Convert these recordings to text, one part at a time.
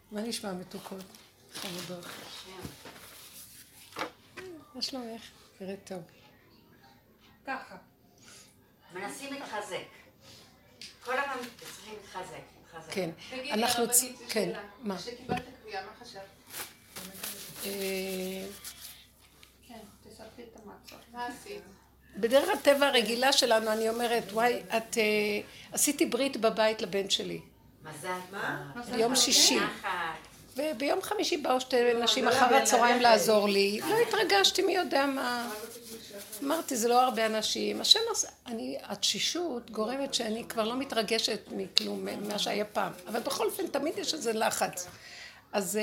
מה נשמע מתוקות? חמודות. מה שלומך? נראית טוב. ככה. מנסים להתחזק. כל הזמן צריכים להתחזק. כן. תגידי, אנחנו... הרבנית, זו כן. שאלה. מה? כשקיבלת קביעה, מה חשבת? כן, תספרי את המצב. מה עשית? בדרך הטבע הרגילה שלנו אני אומרת, וואי, את... עשיתי ברית בבית לבן שלי. מזל. מה? ביום שישי. וביום חמישי באו שתי נשים אחר הצהריים לעזור לי. לא התרגשתי מי יודע מה. אמרתי, זה לא הרבה אנשים. השם עושה... התשישות גורמת שאני כבר לא מתרגשת מכלום, מה שהיה פעם. אבל בכל אופן, תמיד יש איזה לחץ. אז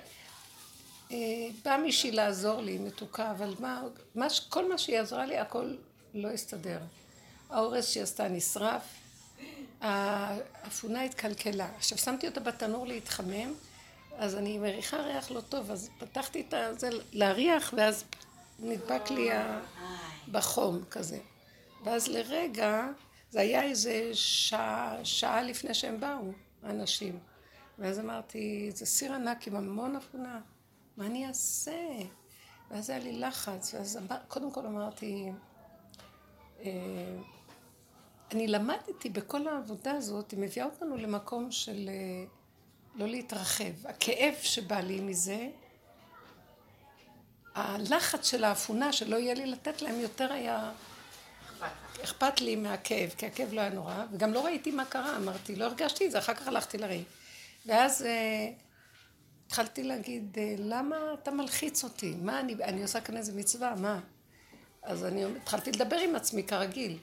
באה מישהי לעזור לי, מתוקה, אבל כל מה שהיא עזרה לי, הכל לא הסתדר. האורס שהיא עשתה נשרף, האפונה התקלקלה. עכשיו, שמתי אותה בתנור להתחמם, אז אני מריחה ריח לא טוב, אז פתחתי את זה להריח, ואז נדבק לי בחום כזה. ואז לרגע, זה היה איזה שעה לפני שהם באו, האנשים. ואז אמרתי, זה סיר ענק עם המון אפונה, מה אני אעשה? ואז היה לי לחץ, ואז קודם כל אמרתי, אני למדתי בכל העבודה הזאת, היא מביאה אותנו למקום של לא להתרחב. הכאב שבא לי מזה, הלחץ של האפונה שלא יהיה לי לתת להם יותר היה... אכפת לי מהכאב, כי הכאב לא היה נורא, וגם לא ראיתי מה קרה, אמרתי, לא הרגשתי את זה, אחר כך הלכתי לראי. ואז התחלתי להגיד, למה אתה מלחיץ אותי? מה אני עושה כאן איזה מצווה, מה? אז אני התחלתי לדבר עם עצמי כרגיל.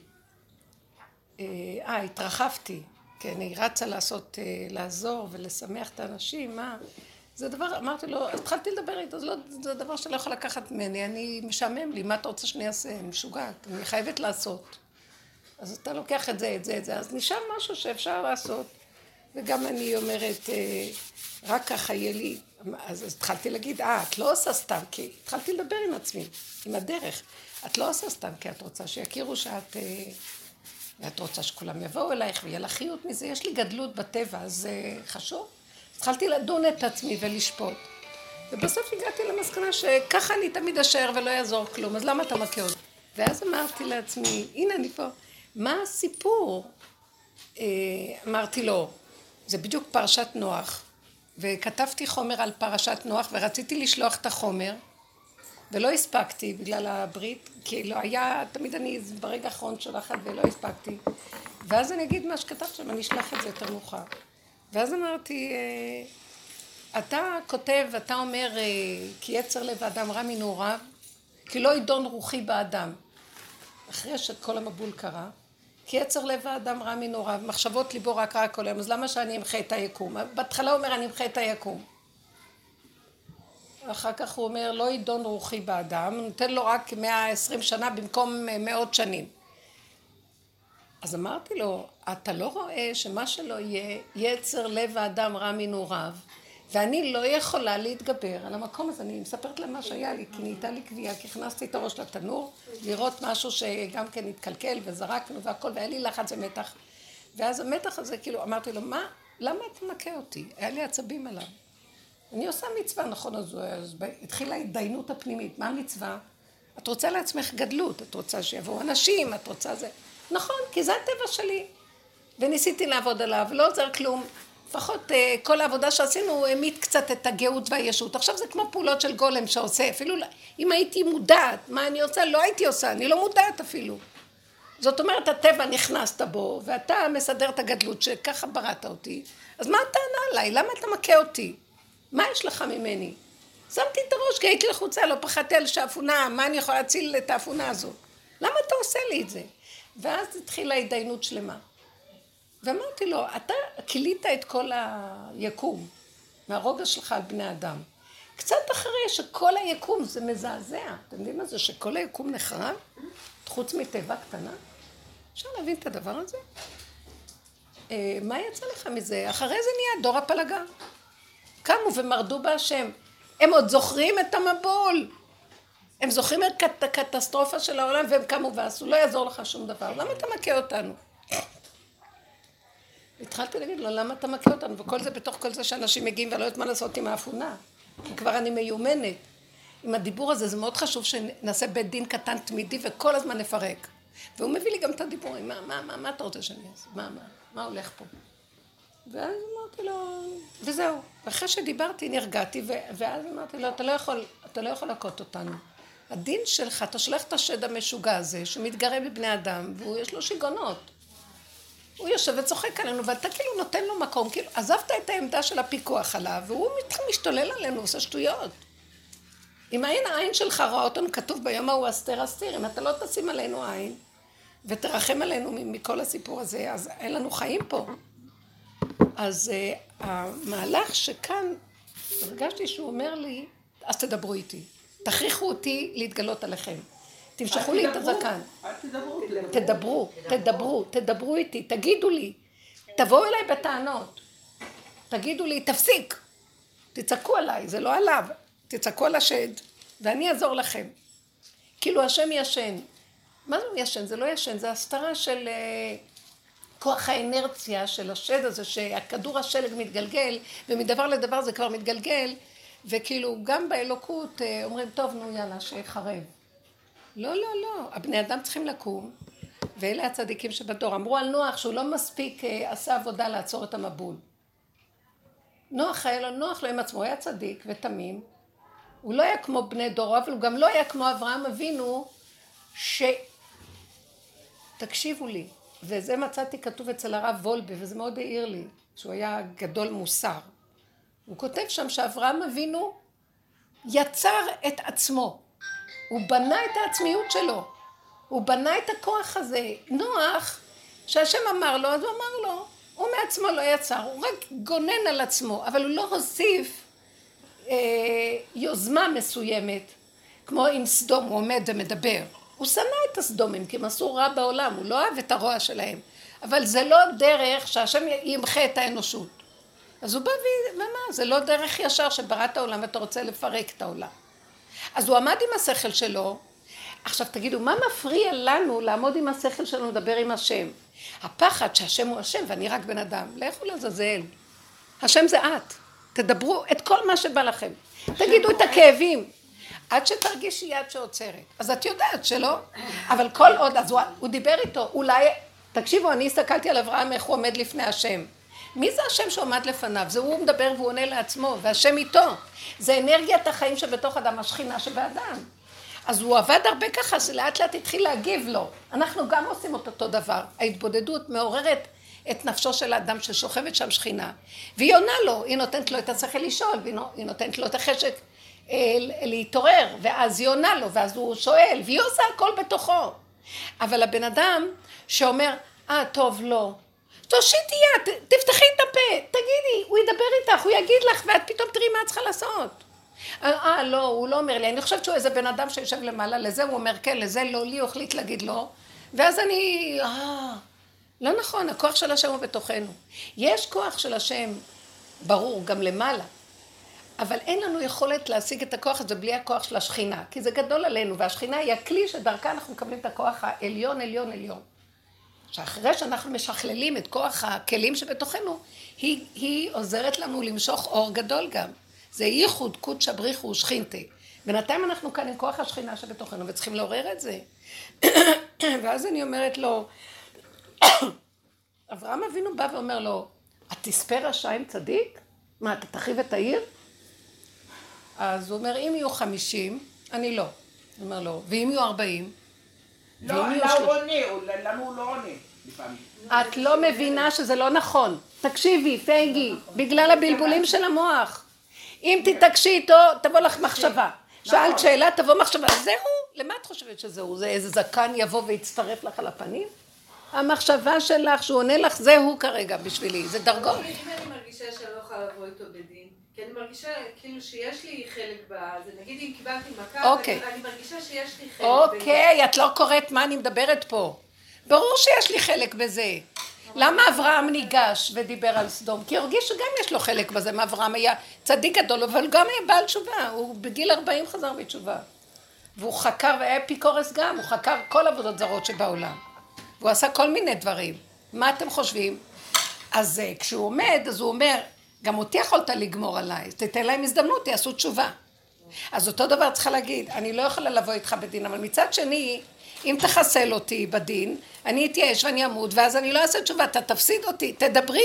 התרחבתי, כן, היא רצה לעזור ולשמח את האנשים, מה? זה דבר, אמרתי לו, התחלתי לדבר איתו, זה דבר שלא יכול לקחת ממני, אני משעמם לי, מה אתה רוצה שאני אעשה? אני משוגעת, אני חייבת לעשות. אז אתה לוקח את זה, אז נשאר משהו שאפשר לעשות. וגם אני אומרת, רק ככה יהיה לי, אז התחלתי להגיד, את לא עושה סתם, כי התחלתי לדבר עם עצמי, עם הדרך. את לא עושה סתם, כי את רוצה שיכירו ואת רוצה שכולם יבואו אלייך, ויהיה לך חיות מזה. יש לי גדלות בטבע, אז חשוב. התחלתי לדון את עצמי ולשפוט. ובסוף הגעתי למסקנה שככה אני תמיד אשר ולא יעזור כלום, אז למה אתה מכה אותי? ואז אמרתי לעצמי, הנה אני פה, מה הסיפור? אמרתי לו, זה בדיוק פרשת נוח, וכתבתי חומר על פרשת נוח, ורציתי לשלוח את החומר, ולא הספקתי בגלל הברית, כי לא היה, תמיד אני ברגע האחרון שולחת ולא הספקתי. ואז אני אגיד מה שכתבת שם, אני אשלח את זה יותר מאוחר. ואז אמרתי, אתה כותב, אתה אומר, כי יצר לב האדם רע מנעוריו, כי לא ידון רוחי באדם. אחרי שכל המבול קרה, כי יצר לב האדם רע מנעוריו, מחשבות ליבו רק רע כל היום, אז למה שאני אמחה את היקום? בהתחלה הוא אומר, אני אמחה את היקום. אחר כך הוא אומר, לא ידון רוחי באדם, נותן לו רק 120 שנה במקום 100 שנים. אז אמרתי לו, אתה לא רואה שמה שלא יהיה, יצר לב האדם רע מנעוריו, ואני לא יכולה להתגבר על המקום הזה. אני מספרת לה מה שהיה לי, כי נהייתה לי קביעה, כי הכנסתי את הראש לתנור, לראות משהו שגם כן התקלקל וזרקנו והכל, והיה לי לחץ ומתח. ואז המתח הזה, כאילו, אמרתי לו, למה אתה מכה אותי? היה לי עצבים עליו. אני עושה מצווה, נכון, אז התחילה ההתדיינות הפנימית. מה המצווה? את רוצה לעצמך גדלות, את רוצה שיבואו אנשים, את רוצה זה. נכון, כי זה הטבע שלי. וניסיתי לעבוד עליו, לא עוזר כלום. לפחות כל העבודה שעשינו העמיד קצת את הגאות והישות. עכשיו זה כמו פעולות של גולם שעושה. אפילו אם הייתי מודעת מה אני עושה, לא הייתי עושה. אני לא מודעת אפילו. זאת אומרת, הטבע נכנסת בו, ואתה מסדר את הגדלות שככה בראת אותי. אז מה אתה ענה עליי? למה אתה מכה אותי? מה יש לך ממני? שמתי את הראש כי הייתי לחוצה, לא פחדתי על שהאפונה, מה אני יכולה להציל את האפונה הזו? למה אתה עושה לי את זה? ואז התחילה התדיינות שלמה. ואמרתי לו, אתה כילית את כל היקום מהרוגע שלך על בני אדם. קצת אחרי שכל היקום זה מזעזע. אתם יודעים מה זה? שכל היקום נחרב? חוץ מטבע קטנה? אפשר להבין את הדבר הזה? מה יצא לך מזה? אחרי זה נהיה דור הפלגה. קמו ומרדו בהשם. הם עוד זוכרים את המבול. הם זוכרים את הקטסטרופה של העולם והם קמו ועשו. לא יעזור לך שום דבר. למה אתה מכה אותנו? התחלתי להגיד לו, למה אתה מכה אותנו? וכל זה בתוך כל זה שאנשים מגיעים ולא יודעת מה לעשות עם האפונה. כי כבר אני מיומנת. עם הדיבור הזה, זה מאוד חשוב שנעשה בית דין קטן תמידי וכל הזמן נפרק. והוא מביא לי גם את הדיבורים, מה אתה רוצה שאני אעשה? מה הולך פה? ואז אמרתי לו, וזהו. ואחרי שדיברתי, נרגעתי, ואז אמרתי לו, אתה לא יכול להכות אותנו. הדין שלך, אתה שולח את השד המשוגע הזה, שמתגרה בבני אדם, והוא יש לו שיגונות. הוא יושב וצוחק עלינו, ואתה כאילו נותן לו מקום, כאילו עזבת את העמדה של הפיקוח עליו, והוא משתולל עלינו, עושה שטויות. אם העין שלך רואה אותנו, כתוב ביום ההוא אסתר אסתיר, אם אתה לא תשים עלינו עין, ותרחם עלינו מכל הסיפור הזה, אז אין לנו חיים פה. אז המהלך שכאן, הרגשתי שהוא אומר לי, אז תדברו איתי, תכריחו אותי להתגלות עליכם. תמשכו לי את הזקן. תדברו איתי, תגידו לי, תבואו אליי בטענות, תגידו לי, תפסיק, תצעקו עליי, זה לא עליו, תצעקו על השד, ואני אעזור לכם. כאילו השם ישן. מה זה ישן? זה לא ישן, זה הסתרה של כוח האנרציה של השד הזה, שהכדור השלג מתגלגל, ומדבר לדבר זה כבר מתגלגל, וכאילו גם באלוקות אומרים, טוב, נו יאללה, שיחרב. לא, לא, לא. הבני אדם צריכים לקום, ואלה הצדיקים שבדור. אמרו על נוח שהוא לא מספיק עשה עבודה לעצור את המבול. נוח היה לו, נוח לו עם עצמו, היה צדיק ותמים. הוא לא היה כמו בני דורו, אבל הוא גם לא היה כמו אברהם אבינו, תקשיבו לי. וזה מצאתי כתוב אצל הרב וולבה, וזה מאוד העיר לי, שהוא היה גדול מוסר. הוא כותב שם שאברהם אבינו יצר את עצמו. הוא בנה את העצמיות שלו. הוא בנה את הכוח הזה. נוח, שהשם אמר לו, אז הוא אמר לו, הוא מעצמו לא יצר, הוא רק גונן על עצמו, אבל הוא לא הוסיף יוזמה מסוימת, כמו עם סדום, הוא עומד ומדבר. הוא שנא את הסדומים, כי הם עשו רע בעולם, הוא לא אוהב את הרוע שלהם. אבל זה לא דרך שהשם ימחה את האנושות. אז הוא בא ומה, זה לא דרך ישר שבראת העולם ואתה רוצה לפרק את העולם. אז הוא עמד עם השכל שלו. עכשיו תגידו, מה מפריע לנו לעמוד עם השכל שלנו לדבר עם השם? הפחד שהשם הוא השם ואני רק בן אדם. לכו לעזאזל. השם זה את. תדברו את כל מה שבא לכם. תגידו את הכאבים. עד שתרגישי יד שעוצרת. אז את יודעת שלא? אבל כל עוד, אז הוא דיבר איתו. אולי, תקשיבו, אני הסתכלתי על אברהם איך הוא עומד לפני השם. מי זה השם שעומד לפניו? זה הוא מדבר והוא עונה לעצמו, והשם איתו. זה אנרגיית החיים שבתוך אדם, השכינה שבאדם. אז הוא עבד הרבה ככה, שלאט לאט התחיל להגיב לו. אנחנו גם עושים את אותו דבר. ההתבודדות מעוררת את נפשו של האדם ששוכבת שם שכינה. והיא עונה לו, היא נותנת לו את השכל לשאול, והיא נותנת לו את החשק להתעורר, ואז היא עונה לו, ואז הוא שואל, והיא עושה הכל בתוכו. אבל הבן אדם שאומר, טוב, לא. תושיטי יד, תפתחי את הפה, תגידי, הוא ידבר איתך, הוא יגיד לך, ואת פתאום תראי מה את צריכה לעשות. לא, הוא לא אומר לי, אני חושבת שהוא איזה בן אדם שיושב למעלה, לזה הוא אומר כן, לזה לא, לי הוא החליט להגיד לא, ואז אני, לא נכון, הכוח של השם הוא בתוכנו. יש כוח של השם, ברור, גם למעלה, אבל אין לנו יכולת להשיג את הכוח הזה בלי הכוח של השכינה, כי זה גדול עלינו, והשכינה היא הכלי שדרכה אנחנו מקבלים את הכוח העליון, עליון, עליון. שאחרי שאנחנו משכללים את כוח הכלים שבתוכנו, היא עוזרת לנו למשוך אור גדול גם. זה ייחוד קודש בריחו ושכינתה. בינתיים אנחנו כאן עם כוח השכינה שבתוכנו, וצריכים לעורר את זה. ואז אני אומרת לו, אברהם אבינו בא ואומר לו, את תספה רשע עם צדיק? מה, אתה תחיב את העיר? אז הוא אומר, אם יהיו 50, אני לא. הוא אומר לו, ואם יהיו 40? לא, למה הוא לא עונה? את לא מבינה שזה לא נכון. תקשיבי, פייגי, בגלל הבלבולים של המוח. אם תתקשי איתו, תבוא לך מחשבה. שאלת שאלה, תבוא מחשבה. זהו? למה את חושבת שזהו? זה איזה זקן יבוא ויצטרף לך על הפנים? המחשבה שלך, שהוא עונה לך, זהו כרגע בשבילי. זה דרגות. אני מרגישה שאני לא יכולה לבוא איתו בדין. כי אני מרגישה כאילו שיש לי חלק בזה. נגיד אם קיבלתי מכה, אני מרגישה שיש לי חלק בזה. אוקיי, את לא קוראת מה אני מדברת פה. ברור שיש לי חלק בזה. למה אברהם ניגש ודיבר על סדום? כי הרגיש שגם יש לו חלק בזה. אברהם היה צדיק גדול, אבל גם היה בעל תשובה. הוא בגיל 40 חזר בתשובה. והוא חקר, והיה אפיקורס גם, הוא חקר כל עבודות זרות שבעולם. והוא עשה כל מיני דברים. מה אתם חושבים? אז כשהוא עומד, אז הוא אומר, גם אותי יכולת לגמור עליי, תתן להם הזדמנות, יעשו תשובה. אז אותו דבר צריכה להגיד, אני לא יכולה לבוא איתך בדין, אבל מצד שני, אם תחסל אותי בדין, אני אתייאש ואני אמות, ואז אני לא אעשה תשובה, אתה תפסיד אותי, תדברי.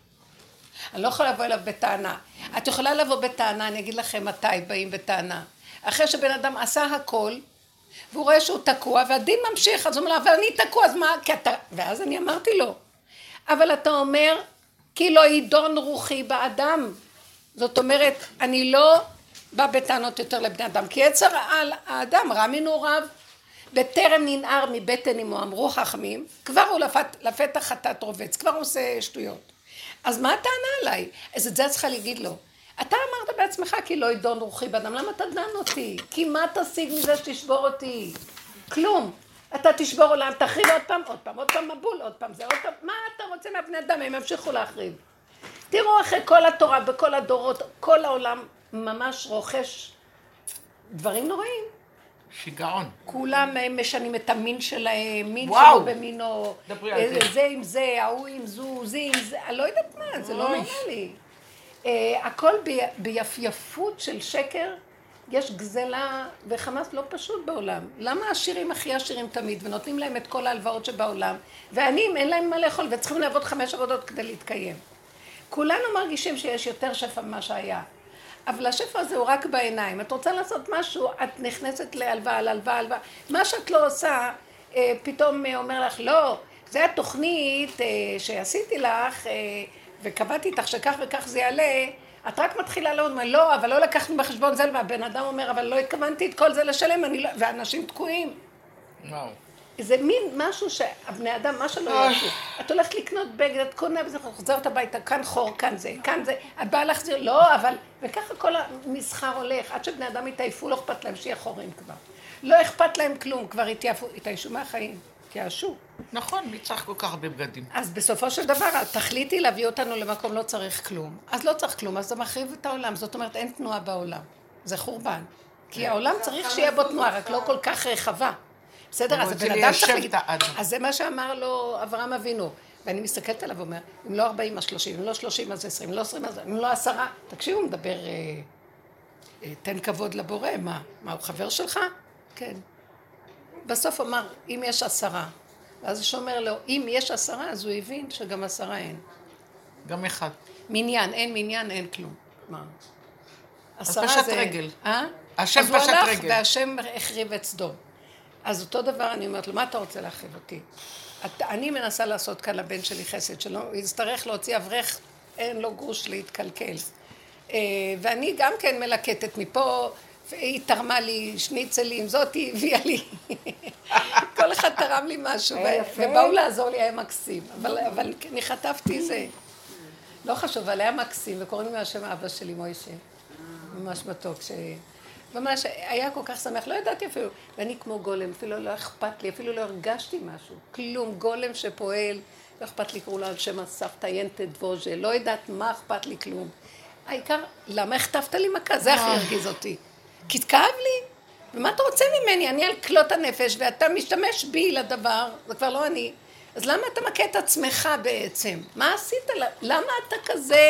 אני לא יכולה לבוא אליו בטענה. את יכולה לבוא בטענה, אני אגיד לכם מתי באים בטענה. אחרי שבן אדם עשה הכל, והוא רואה שהוא תקוע, והדין ממשיך, אז הוא אומר, אבל אני תקוע, אז מה? ואז אני אמרתי לו, אבל אתה אומר, כי לא יידון רוחי באדם. זאת אומרת, אני לא בא בטענות יותר לבני אדם, כי יצר האדם רע מנעוריו, בטרם ננער מבטן אמו, אמרו חכמים, כבר הוא לפתח חטאת רובץ, כבר הוא עושה שטויות. אז מה הטענה עליי? אז את זה צריכה להגיד לו. אתה אמרת בעצמך כי לא יידון רוחי באדם, למה אתה דן אותי? כי מה תשיג מזה שתשבור אותי? כלום. אתה תשבור עולם, תחריב עוד פעם מבול, עוד פעם זה, עוד פעם. מה אתה רוצה מהבני אדם? הם ימשיכו להחריב. תראו אחרי כל התורה, בכל הדורות, כל העולם ממש רוכש דברים נוראים. שיגעון. כולם משנים את המין שלהם, מין שלו במינו, זה עם זה, ההוא עם זו, זה עם זה, אני לא יודעת מה, זה לא נורמלי. הכל ביפייפות של שקר, יש גזלה וחמאס לא פשוט בעולם. למה העשירים הכי עשירים תמיד, ונותנים להם את כל ההלוואות שבעולם, ועניים אין להם מה לאכול, וצריכים לעבוד 5 עבודות כדי להתקיים. כולנו מרגישים שיש יותר שפע ממה שהיה. אבל השפע הזה הוא רק בעיניים. את רוצה לעשות משהו, את נכנסת להלוואה, להלוואה. מה שאת לא עושה, פתאום אומר לך, לא, זה התוכנית שעשיתי לך, וקבעתי איתך שכך וכך זה יעלה, את רק מתחילה לעוד, לא, אבל לא לקחנו בחשבון זה, והבן אדם אומר, אבל לא התכוונתי את כל זה לשלם, ואנשים תקועים. וואו. זה מין משהו שהבני אדם, מה שלא יעשו. את הולכת לקנות בגד, את קונה וזה, חוזרת הביתה, כאן חור, כאן זה, את באה להחזיר, לא, אבל, וככה כל המסחר הולך, עד שבני אדם התעייפו, לא אכפת להם שיהיה חורים כבר. לא אכפת להם כלום, כבר התעיישו מהחיים, תייאשו. נכון, מי צריך כל כך הרבה בגדים? אז בסופו של דבר, התכלית להביא אותנו למקום לא צריך כלום. אז לא צריך כלום, אז זה מחריב את העולם, זאת אומרת, אין תנועה בעולם. זה חורבן. כי העולם צריך שיהיה בו תנועה, רק לא כל כך רחבה. בסדר, אז הבן אדם צריך להגיד, אז זה מה שאמר לו אברהם אבינו, ואני מסתכלת עליו ואומר, אם לא 40 אז 30, אם לא 30 אז 20, אם לא 20 אז, אם לא 10, תקשיבו, הוא מדבר, תן כבוד לבורא, מה, הוא חבר שלך? כן. בסוף אמר, אם יש 10, ואז הוא שאומר לו, אם יש 10, אז הוא הבין שגם 10 אין. גם אחד. מניין, אין כלום. מה? אז פשט רגל. השם פשט רגל. אז הוא הלך והשם החריב את סדום. אז אותו דבר אני אומרת לו, מה אתה רוצה להחריב אותי? אני מנסה לעשות כאן לבן שלי חסד, שלא יצטרך להוציא אברך, אין לו גרוש להתקלקל. ואני גם כן מלקטת מפה, והיא תרמה לי שניצלים, זאתי הביאה לי. כל אחד תרם לי משהו, ובאו לעזור לי, היה מקסים. אבל אני חטפתי זה. לא חשוב, אבל היה מקסים, וקוראים לי מהשם אבא שלי, מוישה. ממש מתוק ממש היה כל כך שמח, לא ידעתי אפילו, ואני כמו גולם, אפילו לא אכפת לי, אפילו לא הרגשתי משהו, כלום, גולם שפועל, לא אכפת לי, קראו לה על שם הסבתא ינטה דבוז'ה, לא יודעת מה אכפת לי כלום. העיקר, למה הכתבת לי מכה? זה הכי הרגיז אותי. כי תכאב לי, ומה אתה רוצה ממני? אני על כלות הנפש, ואתה משתמש בי לדבר, זה כבר לא אני. אז למה אתה מכה את עצמך בעצם? מה עשית? למה אתה כזה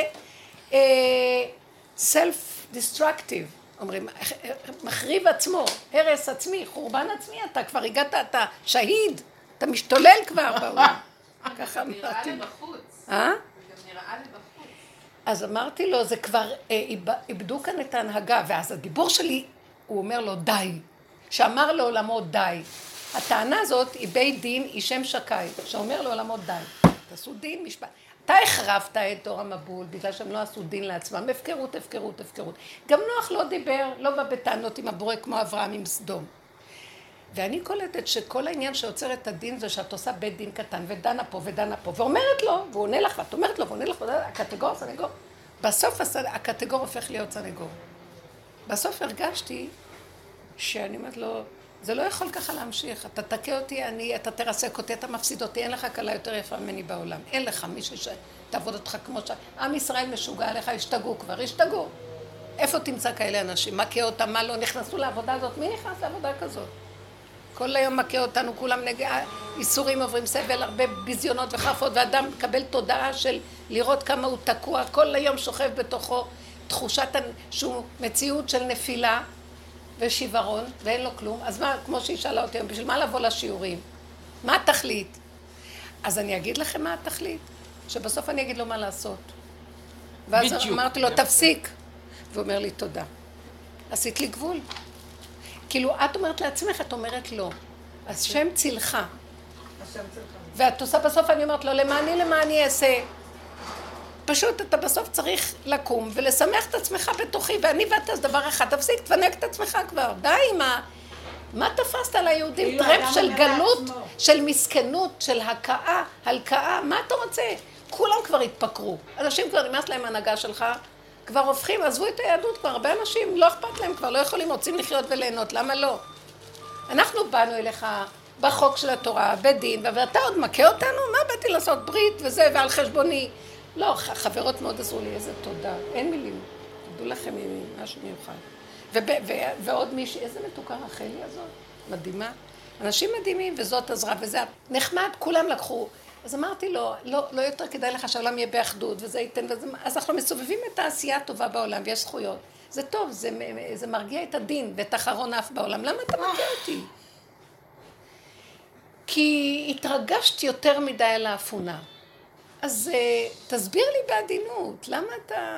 self-destructive? אומרים, מחריב עצמו, הרס עצמי, חורבן עצמי, אתה כבר הגעת, אתה שהיד, אתה משתולל כבר בעולם. ככה אמרתי. נראה לי בחוץ. זה גם נראה לי בחוץ. אז אמרתי לו, זה כבר, איבדו כאן את ההנהגה, ואז הדיבור שלי, הוא אומר לו, די. שאמר לעולמו, די. הטענה הזאת היא בית דין, היא שם שקי, שאומר לעולמו, די. תעשו דין, משפט. אתה החרבת את דור המבול, בגלל שהם לא עשו דין לעצמם, הפקרות. גם נוח לא דיבר, לא בא בטענות עם הבורא כמו אברהם עם סדום. ואני קולטת שכל העניין שעוצר את הדין זה שאת עושה בית דין קטן, ודנה פה, ואומרת לו, והוא עונה לך, ואת אומרת לו, הקטגור, סנגור. בסוף הקטגור הופך להיות סנגור. בסוף הרגשתי שאני אומרת לו, זה לא יכול ככה להמשיך, אתה תקה אותי, אתה תרסק אותי, אתה מפסיד אותי, אין לך קלה יותר יפה ממני בעולם, אין לך מישהו שתעבוד אותך כמו עם ישראל משוגע עליך, השתגעו כבר, השתגעו. איפה תמצא כאלה אנשים? מה קה אותם, מה לא נכנסו לעבודה הזאת? מי נכנס לעבודה כזאת? כל היום מכה אותנו, כולם איסורים עוברים סבל, הרבה ביזיונות וחרפות, ואדם מקבל תודעה של לראות כמה הוא תקוע, כל היום שוכב בתוכו תחושת שהוא מציאות של נפילה ושברון, ואין לו כלום. אז מה, כמו שהיא שאלה אותי, בשביל מה לבוא לשיעורים? מה התכלית? אז אני אגיד לכם מה התכלית, שבסוף אני אגיד לו מה לעשות. ואז אמרתי לו, תפסיק. והוא אומר לי, תודה. עשית לי גבול. כאילו, את אומרת לעצמך, את אומרת לא. אז שם צילך. ואת עושה בסוף, אני אומרת לו, למה אני אעשה? פשוט אתה בסוף צריך לקום ולשמח את עצמך בתוכי, ואני ואת אז דבר אחד, תפסיק, תפנק את עצמך כבר. די, מה תפסת על היהודים? טרף של גלות, של מסכנות, של הלקאה, מה אתה רוצה? כולם כבר התפקרו. אנשים כבר נמאס להם הנהגה שלך, כבר הופכים, עזבו את היהדות כבר, הרבה אנשים לא אכפת להם, כבר לא יכולים, רוצים לחיות וליהנות, למה לא? אנחנו באנו אליך בחוק של התורה, בדין, ואתה עוד מכה אותנו? מה באתי לעשות ברית וזה, ועל חשבוני? לא, חברות מאוד עזרו לי, איזה תודה, אין מילים, תדעו לכם משהו מיוחד. ועוד מישהי, איזה מתוקה רחלי הזאת, מדהימה. אנשים מדהימים, וזאת עזרה, וזה נחמד, כולם לקחו. אז אמרתי לו, לא יותר כדאי לך שהעולם יהיה באחדות, וזה ייתן, אז אנחנו מסובבים את העשייה הטובה בעולם, ויש זכויות. זה טוב, זה מרגיע את הדין, ואת אחרון אף בעולם. למה אתה מכה אותי? כי התרגשת יותר מדי על האפונה. אז תסביר לי בעדינות, למה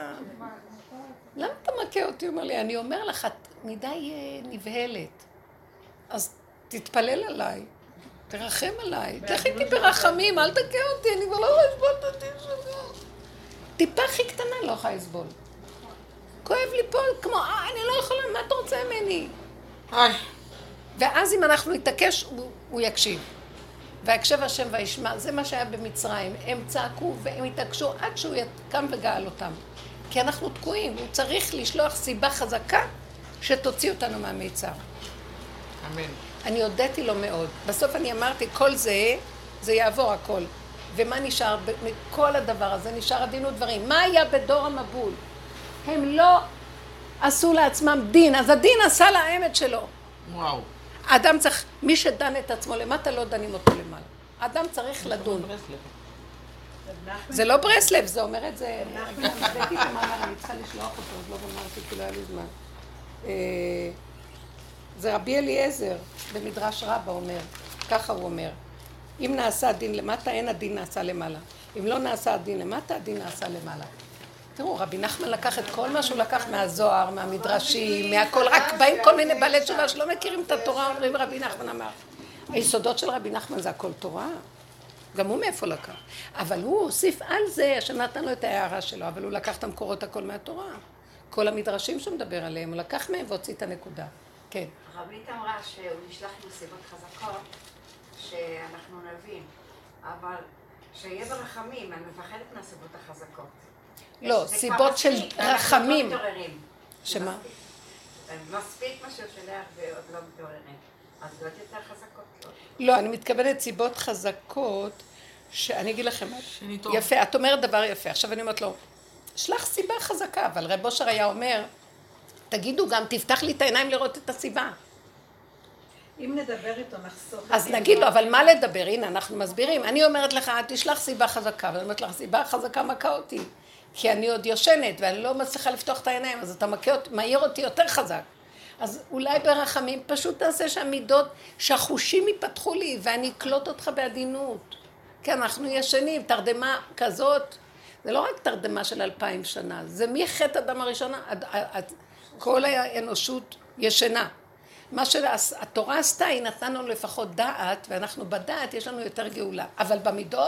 אתה מכה אותי? הוא אומר לי, אני אומר לך, את מדי נבהלת. אז תתפלל עליי. תרחם עליי, תלכי איתי ברחמים, אל תקה אותי, אני כבר לא יכולה לסבול את הדין שלך. טיפה הכי קטנה לא יכולה לסבול. כואב לי פה כמו, אני לא יכולה, מה אתה רוצה ממני? ואז אם אנחנו נתעקש, הוא יקשיב. ויקשב השם וישמע, זה מה שהיה במצרים. הם צעקו והם התעקשו עד שהוא קם וגאל אותם. כי אנחנו תקועים, הוא צריך לשלוח סיבה חזקה שתוציא אותנו מהמיצר. אמן. אני הודיתי לו מאוד. בסוף אני אמרתי, כל זה יעבור הכל. ומה נשאר? מכל הדבר הזה נשאר הדין ודברים. מה היה בדור המבול? הם לא עשו לעצמם דין, אז הדין עשה לאמת שלו. וואו. האדם צריך, מי שדן את עצמו למטה, לא דנים אותו למעלה. האדם צריך לדון. זה לא ברסלב, זה אומר את זה. הבאתי את המאמר, אני צריכה לשלוח אותו, אז לא גמרתי, כי לא היה לי זמן. זה רבי אליעזר במדרש רבה אומר, ככה הוא אומר, אם נעשה הדין למטה, אין הדין נעשה למעלה. אם לא נעשה הדין למטה, הדין נעשה למעלה. תראו, רבי נחמן לקח את כל מה שהוא לקח מהזוהר, מהמדרשים, מהכל, רק באים כל מיני בעלי תשובה שלא מכירים את התורה, אומרים רבי נחמן אמר. היסודות של רבי נחמן זה הכל תורה. גם הוא מאיפה לקח. אבל הוא הוסיף על זה, שנתן לו את ההערה שלו, אבל הוא לקח את המקורות הכל מהתורה. כל המדרשים שהוא מדבר עליהם, הוא לקח מהם והוציא את הנקודה. כן. הרבנית אמרה שהוא נשלח עם סיבות חזקות, שאנחנו נבין, אבל שיהיה ברחמים, אני מפחדת מהסיבות החזקות. לא, סיבות של רחמים. שמה? מספיק משהו שלך ועוד לא מתעוררים. אז לא יותר חזקות? לא, אני מתכוונת סיבות חזקות, שאני אגיד לכם, יפה, את אומרת דבר יפה. עכשיו אני אומרת לו, שלח סיבה חזקה, אבל רב אושר היה אומר, תגידו גם, תפתח לי את העיניים לראות את הסיבה. אם נדבר איתו, נחסוך. אז נגיד לו, אבל מה לדבר? הנה, אנחנו מסבירים. אני אומרת לך, תשלח סיבה חזקה, ואני אומרת לך, סיבה חזקה מכה אותי, כי אני עוד יושנת, ואני לא מצליחה לפתוח את העיניים, אז אתה מעיר אותי יותר חזק. אז אולי ברחמים, פשוט תעשה שהמידות, שהחושים ייפתחו לי, ואני אקלוט אותך בעדינות. כי אנחנו ישנים, תרדמה כזאת, זה לא רק תרדמה של 2000 שנה, זה מחטא אדם הראשונה, כל האנושות ישנה. מה שהתורה עשתה, היא נתנה לנו לפחות דעת, ואנחנו בדעת, יש לנו יותר גאולה. אבל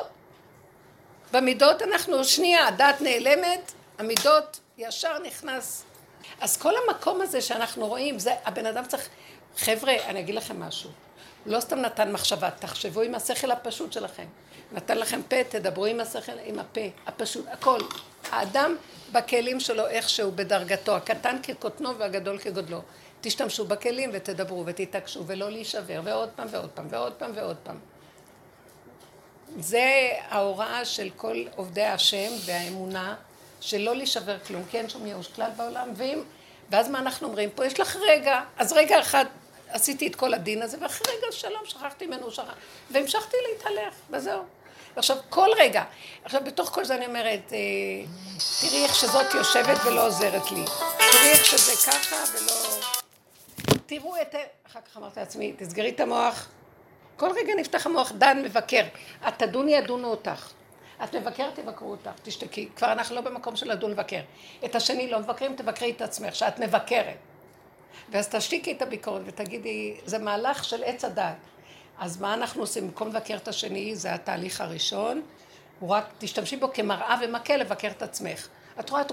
במידות אנחנו, שנייה, הדעת נעלמת, המידות ישר נכנס. אז כל המקום הזה שאנחנו רואים, זה, הבן אדם צריך, חבר'ה, אני אגיד לכם משהו, הוא לא סתם נתן מחשבה, תחשבו עם השכל הפשוט שלכם. נתן לכם פה, תדברו עם השכל, עם הפה, הפשוט, הכל. האדם בכלים שלו איכשהו בדרגתו, הקטן כקוטנו והגדול כגודלו. תשתמשו בכלים ותדברו ותתעקשו ולא להישבר, ועוד פעם ועוד פעם ועוד פעם ועוד פעם. זה ההוראה של כל עובדי השם והאמונה, שלא להישבר כלום, כי אין שום ייאוש כלל בעולם, ואז מה אנחנו אומרים? פה יש לך רגע, אז רגע אחד, עשיתי את כל הדין הזה, ואחרי רגע שלום שכחתי ממנו, והמשכתי להתהלך, וזהו. ועכשיו, כל רגע, עכשיו בתוך כל זה אני אומרת, תראי איך שזאת יושבת ולא עוזרת לי. תראי איך שזה ככה ולא... תראו את... אחר כך אמרתי לעצמי, תסגרי את המוח. כל רגע נפתח המוח, דן מבקר. את תדוני, ידונו אותך. את מבקרת, תבקרו אותך, תשתקי. כבר אנחנו לא במקום של לדון לבקר. את השני לא מבקרים, תבקרי את עצמך, שאת מבקרת. ואז תשתיקי את הביקורת ותגידי, זה מהלך של עץ הדעת. אז מה אנחנו עושים? במקום לבקר את השני, זה התהליך הראשון. הוא רק תשתמשי בו כמראה ומקל לבקר את עצמך. את רואה,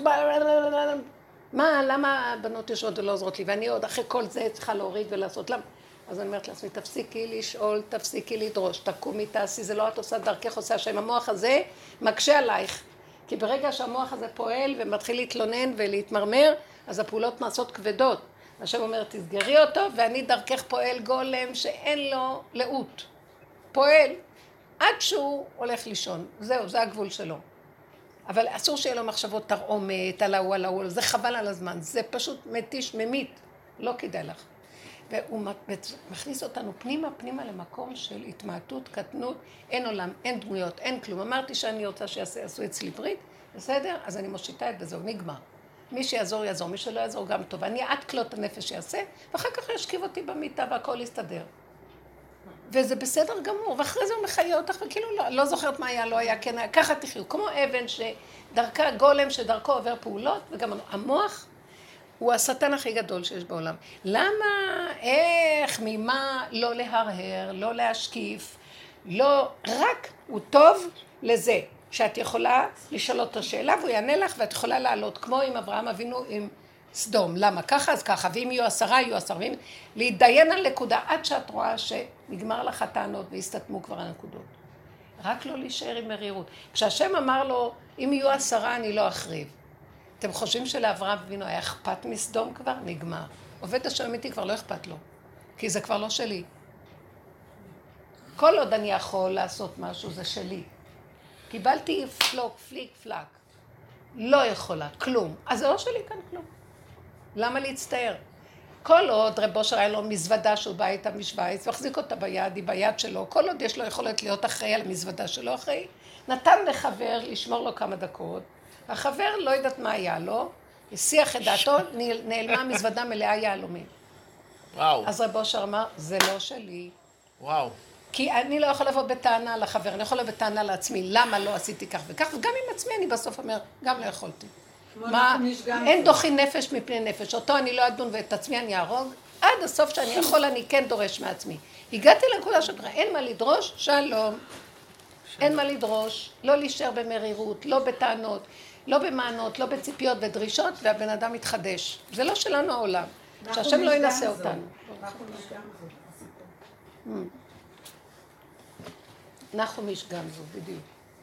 מה, למה הבנות יושבות ולא עוזרות לי? ואני עוד אחרי כל זה צריכה להוריד ולעשות. למה? אז אני אומרת לעצמי, תפסיקי לשאול, תפסיקי לדרוש, תקומי, תעשי, זה לא את עושה דרכך, עושה השם. המוח הזה מקשה עלייך. כי ברגע שהמוח הזה פועל ומתחיל להתלונן ולהתמרמר, אז הפעולות נעשות כבדות. השם אומר, תסגרי אותו, ואני דרכך פועל גולם שאין לו לאות. פועל עד שהוא הולך לישון. זהו, זה הגבול שלו. אבל אסור שיהיה לו מחשבות תרעומת, על ההוא, זה חבל על הזמן. זה פשוט מתיש, ממית. לא כדאי לך. והוא מכניס אותנו פנימה למקום של התמעטות, קטנות, אין עולם, אין דמויות, אין כלום. אמרתי שאני רוצה שיעשו אצלי ברית, בסדר? אז אני מושיטה את בזהו, נגמר. מי שיעזור יעזור, מי שלא יעזור גם טוב. אני עד כלות הנפש יעשה, ואחר כך ישכיב אותי במיטה והכל יסתדר. וזה בסדר גמור, ואחרי זה הוא מחיה אותך, וכאילו לא זוכרת מה היה, לא היה, כן היה, ככה תחיו. כמו אבן שדרכה גולם שדרכו עובר פעולות, וגם המוח הוא השטן הכי גדול שיש בעולם. למה, איך, ממה לא להרהר, לא להשקיף, לא, רק הוא טוב לזה. שאת יכולה לשאול אותו שאלה והוא יענה לך ואת יכולה לעלות כמו עם אברהם אבינו עם סדום. למה? ככה אז ככה, ואם יהיו 10 יהיו 10, ואם להתדיין על נקודה עד שאת רואה שנגמר לך הטענות והסתתמו כבר הנקודות. רק לא להישאר עם מרירות. כשהשם אמר לו, אם יהיו 10 אני לא אחריב. אתם חושבים שלאברהם אבינו היה אכפת מסדום כבר? נגמר. עובד השם אמיתי כבר לא אכפת לו, כי זה כבר לא שלי. כל עוד אני יכול לעשות משהו זה שלי. קיבלתי פליק פלק, לא יכולה, כלום. אז זה לא שלי כאן כלום. למה להצטער? כל עוד רב אושר היה לו מזוודה שהוא בא איתה משוויץ, והחזיק אותה ביד, היא ביד שלו, כל עוד יש לו יכולת להיות אחראי על המזוודה שלו אחראי, נתן לחבר לשמור לו כמה דקות, החבר לא יודעת מה היה לו, הסיח את דעתו, נעלמה מזוודה מלאה יהלומים. וואו. אז רב אושר אמר, זה לא שלי. וואו. כי אני לא יכול לבוא בטענה לחבר, אני יכול לבוא בטענה לעצמי, למה לא עשיתי כך וכך, וגם עם עצמי אני בסוף אומר, גם לא יכולתי. מה, אין דוחי נפש מפני נפש, אותו אני לא אדון ואת עצמי אני אהרוג, עד הסוף שאני יכול אני כן דורש מעצמי. הגעתי לנקודה שאומרה, אין מה לדרוש, שלום. אין מה לדרוש, לא להישאר במרירות, לא בטענות, לא במענות, לא בציפיות ודרישות, והבן אדם מתחדש. זה לא שלנו העולם, שהשם לא ינסה אותנו. נחום איש גם זו, בדיוק.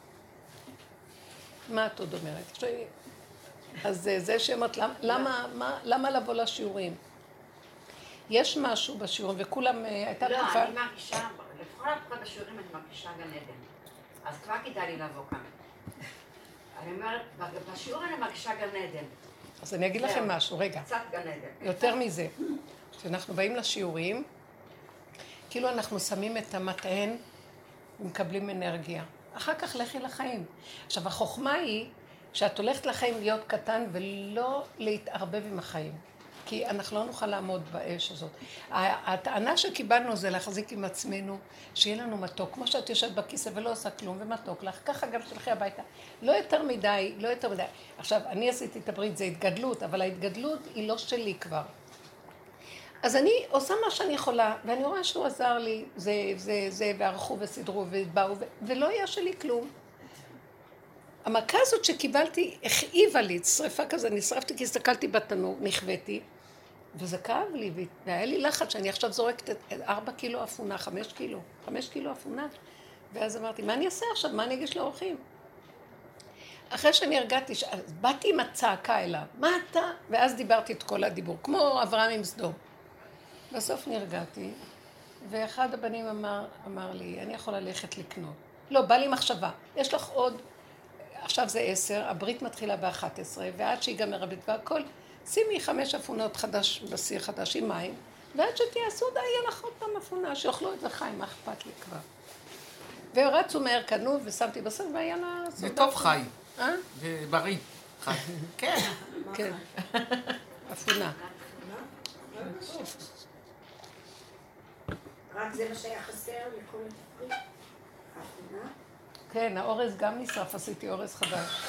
מה את עוד אומרת? אז זה שאומרת, למה לבוא לשיעורים? יש משהו בשיעורים, וכולם הייתה תקופה... לא, אני מרגישה, לפחות בשיעורים אני מרגישה גן עדן. אז כבר כדאי לי לבוא כאן. אני אומרת, בשיעור אני מרגישה גן עדן. אז אני אגיד לכם משהו, רגע. קצת גן עדן. יותר מזה, כשאנחנו באים לשיעורים, כאילו אנחנו שמים את המטען ומקבלים אנרגיה. אחר כך לכי לחיים. עכשיו, החוכמה היא שאת הולכת לחיים להיות קטן ולא להתערבב עם החיים. כי אנחנו לא נוכל לעמוד באש הזאת. הטענה שקיבלנו זה להחזיק עם עצמנו, שיהיה לנו מתוק. כמו שאת יושבת בכיסא ולא עושה כלום ומתוק לך, ככה גם תלכי הביתה. לא יותר מדי, לא יותר מדי. עכשיו, אני עשיתי את הברית, זה התגדלות, אבל ההתגדלות היא לא שלי כבר. אז אני עושה מה שאני יכולה, ואני רואה שהוא עזר לי, זה, וערכו וסידרו ובאו, ולא היה שלי כלום. המכה הזאת שקיבלתי, הכאיבה לי, שריפה כזה, נשרפתי כי הסתכלתי בתנור, נכוויתי, וזה כאב לי, והיה לי לחץ שאני עכשיו זורקת 4 קילו אפונה, 5 קילו אפונה, ואז אמרתי, מה אני אעשה עכשיו? מה אני אגיש לאורחים? אחרי שאני הרגעתי, באתי עם הצעקה אליו, מה אתה? ואז דיברתי את כל הדיבור, כמו אברהם עם סדום. בסוף נרגעתי, ואחד הבנים אמר לי, אני יכול ללכת לקנות. לא, בא לי מחשבה, יש לך עוד, עכשיו זה 10, הברית מתחילה ב-11, ועד שיגמר הברית והכל, שימי 5 אפונות חדש בסיר חדש עם מים, ועד שתעשו די, יהיה לך עוד פעם אפונה, שיאכלו את זה חי, מה אכפת לי כבר. ורצו מהר, קנו, ושמתי בסוף, והיה לה סעודה. זה טוב חי. זה בריא. חי. כן. כן. אפונה. רק זה מה שהיה חסר לכל התפריט? האפונה? כן, האורז גם נשרף, עשיתי אורז חדש.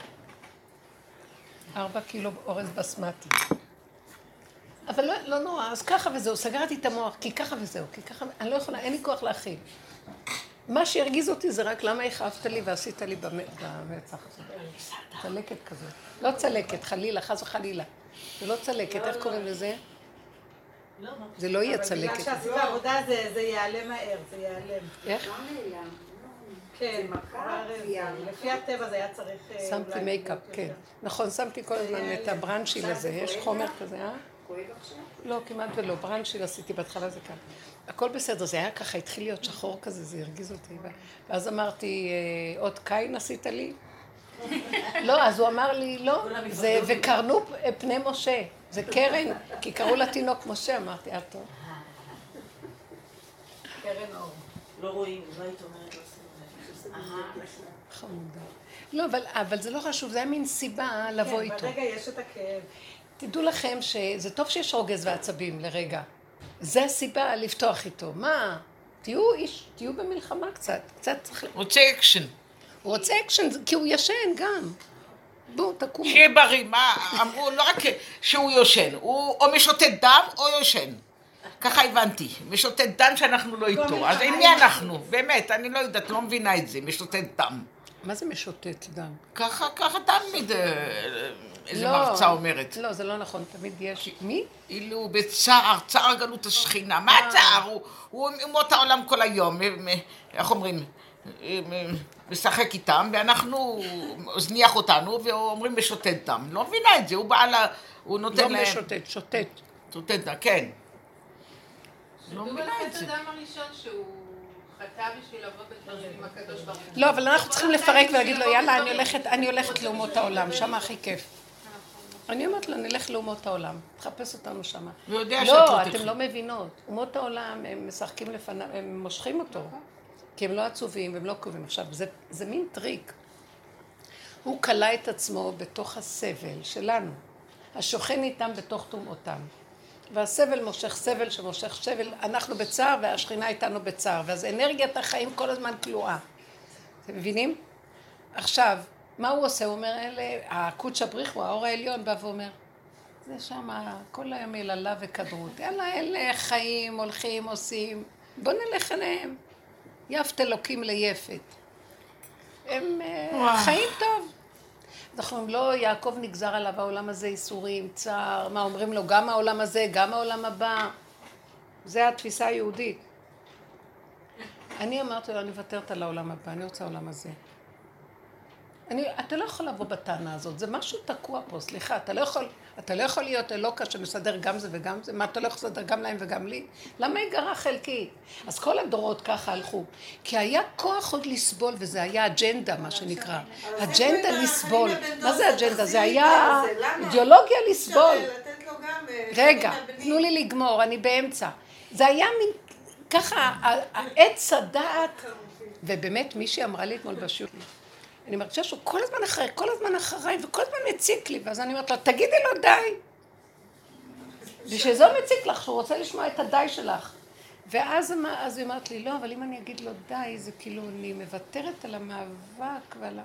4 קילו אורז בסמטי. אבל לא נורא, אז ככה וזהו, סגרתי את המוח, כי ככה וזהו, כי ככה, אני לא יכולה, אין לי כוח להכיל. מה שהרגיז אותי זה רק למה הכאבת לי ועשית לי במצח. צלקת כזאת. לא צלקת, חלילה, חס וחלילה. זה לא צלקת, איך קוראים לזה? זה לא יהיה צלקת. אבל בגלל שעשית עבודה זה ייעלם מהר, זה ייעלם. איך? כן, לפי הטבע זה היה צריך... שמתי מייקאפ, כן. נכון, שמתי כל הזמן את הברנצ'יל הזה, יש חומר כזה, אה? כואב עכשיו? לא, כמעט ולא, ברנצ'יל עשיתי בהתחלה זה כאן. הכל בסדר, זה היה ככה, התחיל להיות שחור כזה, זה הרגיז אותי. ואז אמרתי, עוד קין עשית לי? לא, אז הוא אמר לי, לא, זה וקרנו פני משה, זה קרן, כי קראו לתינוק משה, אמרתי, טוב. קרן אור. לא רואים, לא היית אומרת לא חמודה. לא, אבל זה לא חשוב, זה היה מין סיבה לבוא איתו. כן, ברגע יש את הכאב. תדעו לכם שזה טוב שיש רוגז ועצבים לרגע. זה הסיבה לפתוח איתו. מה? תהיו במלחמה קצת. רוצה אקשן. הוא רוצה אקשן, כי הוא ישן גם. בואו, תקומו. שיהיה בריא, מה? אמרו לא רק שהוא יושן, הוא או משוטט דם או יושן. ככה הבנתי, משוטט דם שאנחנו לא איתו. אז עם מי אנחנו? באמת, אני לא יודעת, לא מבינה את זה, משוטט דם. מה זה משוטט דם? ככה תמיד איזה מרצה אומרת. לא, זה לא נכון, תמיד יש... מי? אילו בצער, צער גלות השכינה. מה הצער? הוא אומות העולם כל היום, איך אומרים? משחק איתם, ואנחנו זניח אותנו, ואומרים משוטט דם. לא מבינה את זה, הוא בא הוא נותן להם... לא משוטט, שוטט. שוטט דם, כן. לא מבינה את זה. זה אדם הראשון שהוא חטא בשביל לבוא בדברים עם הקדוש ברוך הוא. לא, אבל אנחנו צריכים לפרק ולהגיד לו, יאללה, אני הולכת לאומות העולם, שם הכי כיף. אני אומרת לו, נלך לאומות העולם, תחפש אותנו שם. לא, אתם לא מבינות. אומות העולם, הם משחקים לפניו, הם מושכים אותו. כי הם לא עצובים, הם לא קובעים. עכשיו, זה מין טריק. הוא קלה את עצמו בתוך הסבל שלנו. השוכן איתם בתוך תומאותם. והסבל מושך סבל שמושך סבל. אנחנו בצער והשכינה איתנו בצער. ואז אנרגיית החיים כל הזמן כלואה. אתם מבינים? עכשיו, מה הוא עושה? הוא אומר, הקודש הבריחו, האור העליון בא ואומר, זה שם כל היום יללה וכדרות. יאללה, אלה חיים, הולכים, עושים. בוא נלך אליהם. יפת אלוקים ליפת. הם חיים טוב. אנחנו לא, יעקב נגזר עליו העולם הזה איסורים, צער, מה אומרים לו, גם העולם הזה, גם העולם הבא. זה התפיסה היהודית. אני אמרתי לו, אני מוותרת על העולם הבא, אני רוצה העולם הזה. אתה לא יכול לבוא בטענה הזאת, זה משהו תקוע פה, סליחה, אתה לא יכול להיות אלוקה שמסדר גם זה וגם זה, מה אתה לא יכול לסדר גם להם וגם לי? למה היא גרה חלקית? אז כל הדורות ככה הלכו, כי היה כוח עוד לסבול, וזה היה אג'נדה, מה שנקרא, אג'נדה לסבול. מה זה אג'נדה? זה היה אידיאולוגיה לסבול. רגע, תנו לי לגמור, אני באמצע. זה היה מין, ככה, העץ הדעת, ובאמת מישהי אמרה לי אתמול בשיעור, אני מרגישה שהוא כל הזמן אחריי, וכל הזמן מציק לי, ואז אני אומרת לו, תגידי לו די. ושזו מציק לך, שהוא רוצה לשמוע את הדי שלך. ואז היא אומרת לי, לא, אבל אם אני אגיד לו די, זה כאילו, אני מוותרת על המאבק ועל ה...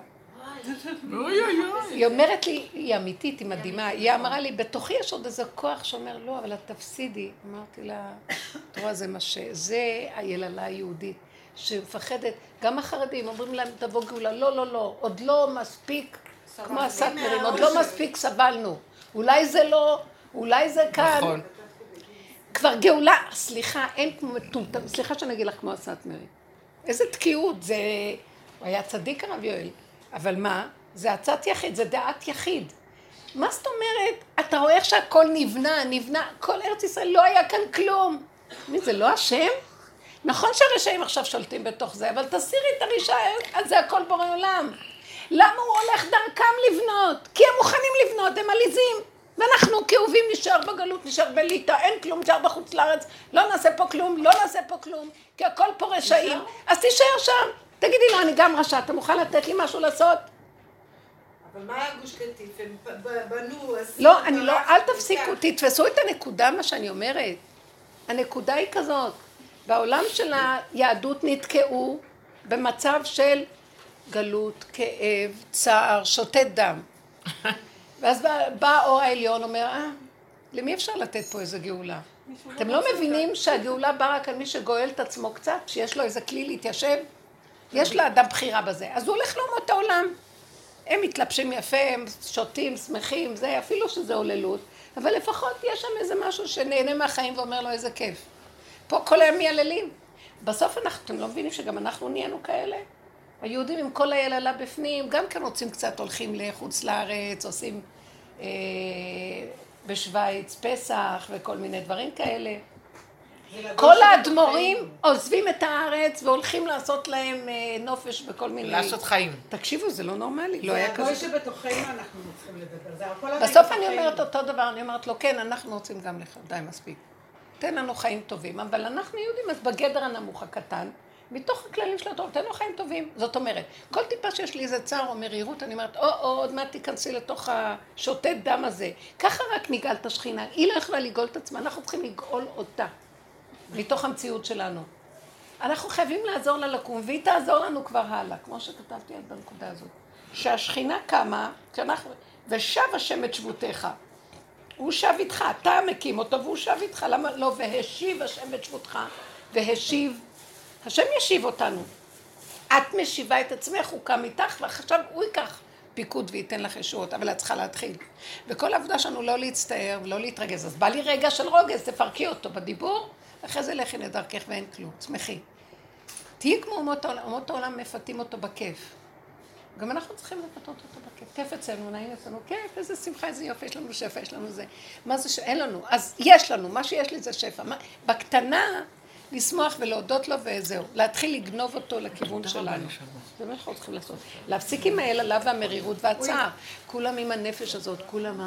היא אומרת לי, היא אמיתית, היא מדהימה, היא אמרה לי, בתוכי יש עוד איזה כוח שאומר, לא, אבל את תפסידי. אמרתי לה, תראה, זה היללה היהודית. שמפחדת, גם החרדים אומרים להם תבוא גאולה, לא, עוד לא מספיק, כמו הסאטמרים, עוד לא מספיק סבלנו, אולי זה לא, אולי זה כאן, נכון. כבר גאולה, סליחה, אין כמו מטומטם, סליחה שאני אגיד לך כמו הסאטמרים, איזה תקיעות, זה, הוא היה צדיק הרב יואל, אבל מה? זה עצת יחיד, זה דעת יחיד, מה זאת אומרת? אתה רואה איך שהכל נבנה, כל ארץ ישראל לא היה כאן כלום, זה לא השם? נכון שהרשעים עכשיו שולטים בתוך זה, אבל תסירי את הרשעים, אז זה הכל בורא עולם. למה הוא הולך דרכם לבנות? כי הם מוכנים לבנות, הם עליזים, ואנחנו כאובים נשאר בגלות, נשאר בליטה, אין כלום, נשאר בחוץ לארץ, לא נעשה פה כלום, לא נעשה פה כלום, כי הכל פה רשעים, אז תישאר שם. תגידי לו, אני גם רשע, אתה מוכן לתת לי משהו לעשות? אבל מה היה גוש קטיף? הם בנו... לא, אני לא, אל תפסיקו, תתפסו את הנקודה, מה שאני אומרת. הנקודה היא כזאת, בעולם של היהדות נתקעו במצב של גלות, כאב, צער, שותת דם. ואז בא האור העליון, אומר, למי אפשר לתת פה איזה גאולה? אתם לא מבינים שהגאולה באה רק על מי שגואל את עצמו קצת, שיש לו איזה כלי להתיישב? יש לאדם בחירה בזה, אז הוא הולך לאומות העולם. הם מתלבשים יפה, הם שותים, שמחים, זה אפילו שזה הוללות, אבל לפחות יש שם איזה משהו שנהנה מהחיים ואומר לו איזה כיף. פה כל היום מייללים. בסוף אתם לא מבינים שגם אנחנו נהיינו כאלה? היהודים עם כל היללה בפנים, גם כן רוצים קצת, הולכים לחוץ לארץ, עושים בשוויץ פסח וכל מיני דברים כאלה. כל האדמו"רים עוזבים את הארץ והולכים לעשות להם נופש בכל מיני... לעשות חיים. תקשיבו, זה לא נורמלי, לא היה כזה. זה הגוי שבתוכנו אנחנו צריכים לדבר. בסוף אני אומרת אותו דבר, אני אומרת לו, כן, אנחנו רוצים גם לך, די מספיק. תן לנו חיים טובים, אבל אנחנו יהודים, אז בגדר הנמוך הקטן, מתוך הכללים של התורה, תן לו חיים טובים. זאת אומרת, כל טיפה שיש לי איזה צער או מרירות, אני אומרת, עוד מעט תיכנסי לתוך השוטט דם הזה. ככה רק נגאל את השכינה. היא לא יכולה לגאול את עצמה, אנחנו צריכים לגאול אותה. מתוך המציאות שלנו. אנחנו חייבים לעזור לה לקום, והיא תעזור לנו כבר הלאה, כמו שכתבתי עד בנקודה הזאת. שהשכינה קמה, ושב השם את שבותיך. הוא שב איתך, אתה מקים אותו והוא שב איתך, למה לא? והשיב השם את שבותך, והשיב, השם ישיב אותנו. את משיבה את עצמך, הוא קם איתך, ועכשיו הוא ייקח פיקוד וייתן לך ישועות, אבל את צריכה להתחיל. וכל העבודה שלנו לא להצטער ולא להתרגז. אז בא לי רגע של רוגז, תפרקי אותו בדיבור, אחרי זה לכי לדרכך ואין כלום, צמחי. תהיי כמו אומות העולם מפתים אותו בכיף. גם אנחנו צריכים לפתות אותו בכיף. כיף אצלנו, נעים אצלנו, כיף, איזה שמחה, איזה יופי, יש לנו שפע, יש לנו זה. מה זה שאין לנו? אז יש לנו, מה שיש לי זה שפע. בקטנה, לשמוח ולהודות לו וזהו. להתחיל לגנוב אותו לכיוון שלנו. זה מה שאנחנו צריכים לעשות. להפסיק עם היללה והמרירות והצער. כולם עם הנפש הזאת,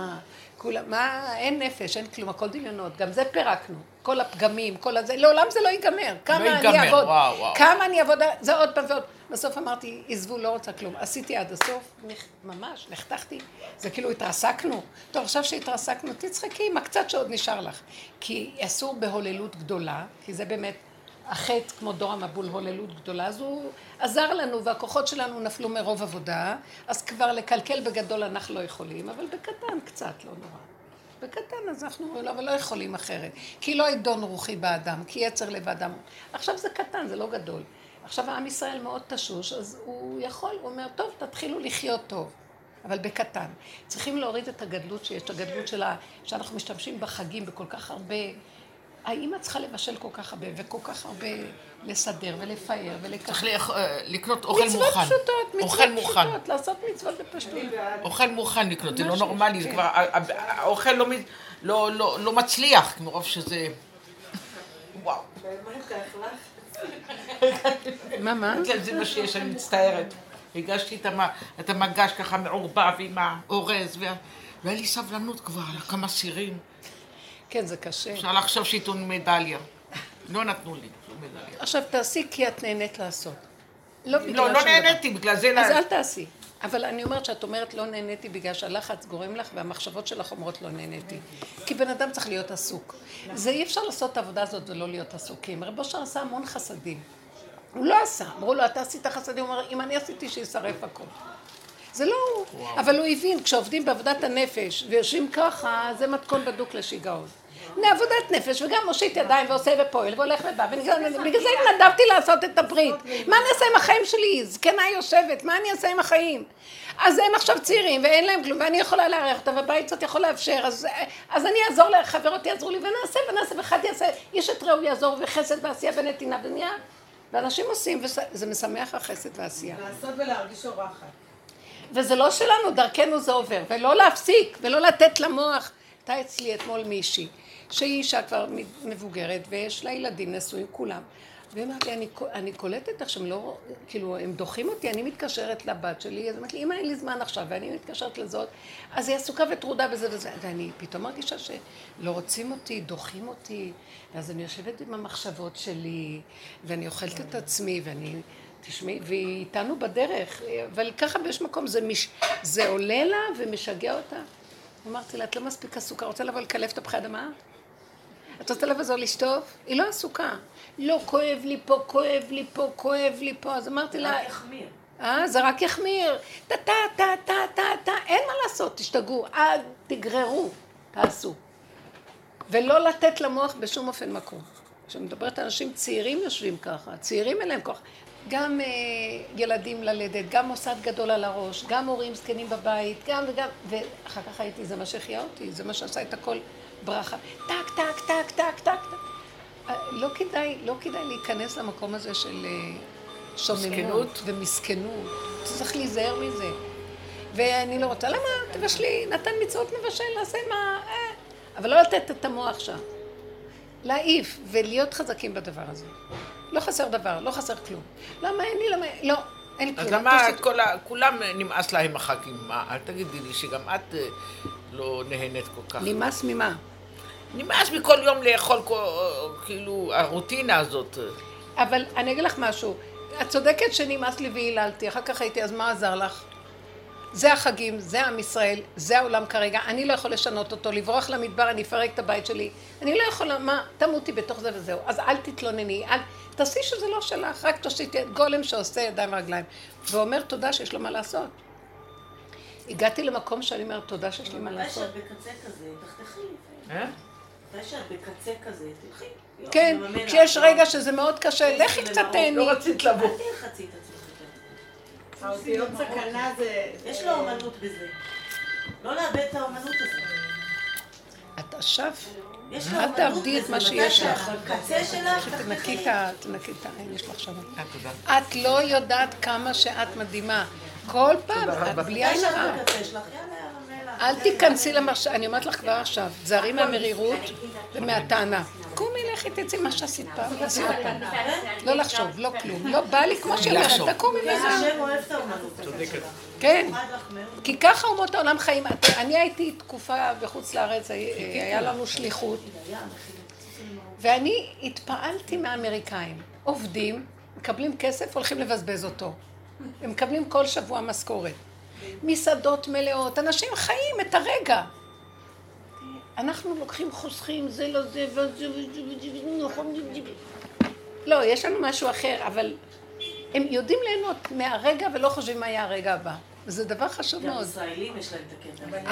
כולם, אין נפש, אין כלום, הכל דמיונות. גם זה פירקנו. כל הפגמים, כל הזה, לעולם זה לא ייגמר. כמה אני אעבוד, כמה אני אעבוד, זה עוד פעם ועוד. בסוף אמרתי, עזבו, לא רוצה כלום. עשיתי עד הסוף, ממש, נחתכתי. זה כאילו התרסקנו. טוב, עכשיו שהתרסקנו, תצחקי עם הקצת שעוד נשאר לך. כי אסור בהוללות גדולה, כי זה באמת החטא כמו דור המבול, הוללות גדולה. אז הוא עזר לנו, והכוחות שלנו נפלו מרוב עבודה, אז כבר לקלקל בגדול אנחנו לא יכולים, אבל בקטן קצת, לא נורא. בקטן אז אנחנו לא יכולים אחרת. כי לא ידון רוחי באדם, כי יצר לב האדם. עכשיו זה קטן, זה לא גדול. עכשיו העם ישראל מאוד תשוש, אז הוא יכול, הוא אומר, טוב, תתחילו לחיות טוב, אבל בקטן. צריכים להוריד את הגדלות שיש, את הגדלות שאנחנו משתמשים בחגים בכל כך הרבה, האמא צריכה לבשל כל כך הרבה, וכל כך הרבה לסדר ולפאר ולקחת. צריך לקנות אוכל מוכן. מצוות פשוטות, מצוות פשוטות, לעשות מצוות בפשטות. אוכל מוכן לקנות, זה לא נורמלי, זה כבר, האוכל לא מצליח, מרוב שזה... וואו. מה? זה מה שיש, אני מצטערת. הגשתי את המגש ככה מעורבב עם האורז, והיה לי סבלנות כבר, כמה סירים. כן, זה קשה. אפשר לחשוב שיתנו מדליה. לא נתנו לי מדליה. עכשיו תעשי כי את נהנית לעשות. לא נהניתי, בגלל זה... אז אל תעשי. אבל אני אומרת שאת אומרת לא נהניתי בגלל שהלחץ גורם לך והמחשבות שלך אומרות לא נהניתי. כי בן אדם צריך להיות עסוק. זה אי אפשר לעשות את העבודה הזאת ולא להיות עסוקים. רב אושר עשה המון חסדים. הוא לא עשה. אמרו לו, אתה עשית חסדים, הוא אומר, אם אני עשיתי שישרף הכל. זה לא הוא. אבל הוא הבין, כשעובדים בעבודת הנפש ויושבים ככה, זה מתכון בדוק לשיגעון. עבודת נפש, וגם מושיט ידיים ועושה ופועל והולך ובא, ובגלל זה התנדבתי לעשות את הברית. מה אני אעשה עם החיים שלי? זקנה יושבת, מה אני אעשה עם החיים? אז הם עכשיו צעירים ואין להם כלום, ואני יכולה לארח אותה, ובית קצת יכול לאפשר, אז אני אעזור לחברות, יעזרו לי, ונעשה, ואחד יעשה, איש את רעהו יעזור, וחסד ועשייה ונתינה ונהיה, ואנשים עושים, וזה משמח החסד והעשייה. לעשות ולהרגיש אורחת. וזה לא שלנו, דרכנו זה עובר, ולא להפסיק, ולא לתת למוח. הייתה אצלי אתמול מישהי, שהיא אישה כבר מבוגרת, ויש לה ילדים נשואים כולם. ואמרתי, אני קולטת איך שהם לא, כאילו, הם דוחים אותי, אני מתקשרת לבת שלי, אז אמרתי לי, אמא, אין לי זמן עכשיו, ואני מתקשרת לזאת, אז היא עסוקה וטרודה בזה וזה, ואני פתאום מרגישה שלא רוצים אותי, דוחים אותי, ואז אני יושבת עם המחשבות שלי, ואני אוכלת את עצמי, ואני, תשמעי, והיא איתנו בדרך, אבל ככה באיש מקום, זה עולה לה ומשגע אותה. אמרתי לה, את לא מספיק עסוקה, רוצה לבוא לקלף את הפחי אדמה? את רוצה לבזור לשטוף? היא לא עסוקה. לא, כואב לי פה, כואב לי פה, כואב לי פה. אז אמרתי לה... זה רק יחמיר. זה רק יחמיר. אין מה לעשות, תשתגעו. תגררו, תעשו. ולא לתת למוח בשום אופן מקום. כשמדברת אנשים צעירים יושבים ככה, צעירים אליהם ככה. גם ילדים ללדת, גם מוסד גדול על הראש, גם הורים זקנים בבית, גם וגם... ואחר כך הייתי, זה מה שהחיה אותי, זה מה שעשה את הכל ברכה. טק, טק, טק, טק, טק. לא כדאי להיכנס למקום הזה של שוממות ומסכנות. צריך להיזהר מזה. ואני לא רוצה, למה? תבשלי, נתן מצוות מבשל, נעשה מה... אבל לא לתת את המוח שם. להעיף ולהיות חזקים בדבר הזה. לא חסר דבר, לא חסר כלום. למה אין לי, לא, אין כלום. אז למה כולם נמאס להם הח"כים? אל תגידי לי שגם את לא נהנית כל כך. נמאס ממה? נמאס מכל יום לאכול, כאילו, הרוטינה הזאת. אבל אני אגיד לך משהו. את צודקת שנמאס לי והיללתי, אחר כך הייתי, אז מה עזר לך? זה החגים, זה עם ישראל, זה העולם כרגע, אני לא יכול לשנות אותו, לברוח למדבר, אני אפרק את הבית שלי, אני לא יכולה, מה, תמותי בתוך זה וזהו, אז אל תתלונני, תעשי שזה לא שלך, רק תושיטי גולם שעושה ידיים ורגליים, ואומר תודה שיש לו מה לעשות. הגעתי למקום שאני אומר תודה שיש לי מה לעשות. שאת בקצה כזה, תחתכי. שאת בקצה כזה, תלכי. כן, כשיש רגע שזה מאוד קשה, לכי קצת תהני. לא רצית לבוא. אל תלחצי את עצמך. האותיות סכנה זה... יש לו אומנות בזה. לא לאבד את האומנות הזאת. את אשף, אל תעבדי את מה שיש לך. בקצה שלך, תנקי את העין, יש לך שם. את לא יודעת כמה שאת מדהימה. כל פעם, את בלי עין הרע. אל תיכנסי למחשב, אני אומרת לך כבר עכשיו, תזהרי מהמרירות ומהטענה. קומי לכי, תצאי מה שעשית פעם, תעשי עוד פעם. לא לחשוב, לא כלום, לא בא לי כמו שאומרת, תקומי וזהו. השם אוהב את האומנות. כן, כי ככה אומות העולם חיים. אני הייתי תקופה בחוץ לארץ, היה לנו שליחות, ואני התפעלתי מהאמריקאים. עובדים, מקבלים כסף, הולכים לבזבז אותו. הם מקבלים כל שבוע משכורת. מסעדות מלאות, אנשים חיים את הרגע. אנחנו לוקחים חוסכים, זה לא זה, לא, יש לנו משהו אחר, אבל הם יודעים ליהנות מהרגע ולא חושבים מה יהיה הרגע הבא. וזה דבר חשוב מאוד. גם ישראלים יש להם את הקטע.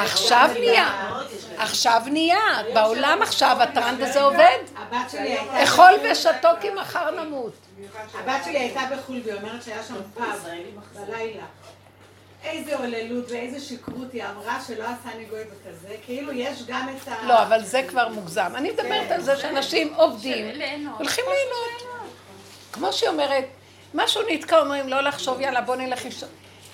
עכשיו נהיה. בעולם עכשיו הטרנד הזה עובד. אכול ושתו כי מחר נמות. הבת שלי הייתה בחו"ל והיא אומרת שהיה שם פאב בלילה. איזה הוללות ואיזה שכרות היא אמרה שלא עשה ניגוי וכזה, כאילו יש גם את ה... לא, אבל זה כבר מוגזם. אני מדברת על זה שאנשים עובדים, הולכים ליהנות. כמו שהיא אומרת, משהו נתקע, אומרים לא לחשוב, יאללה בוא נלך לישון.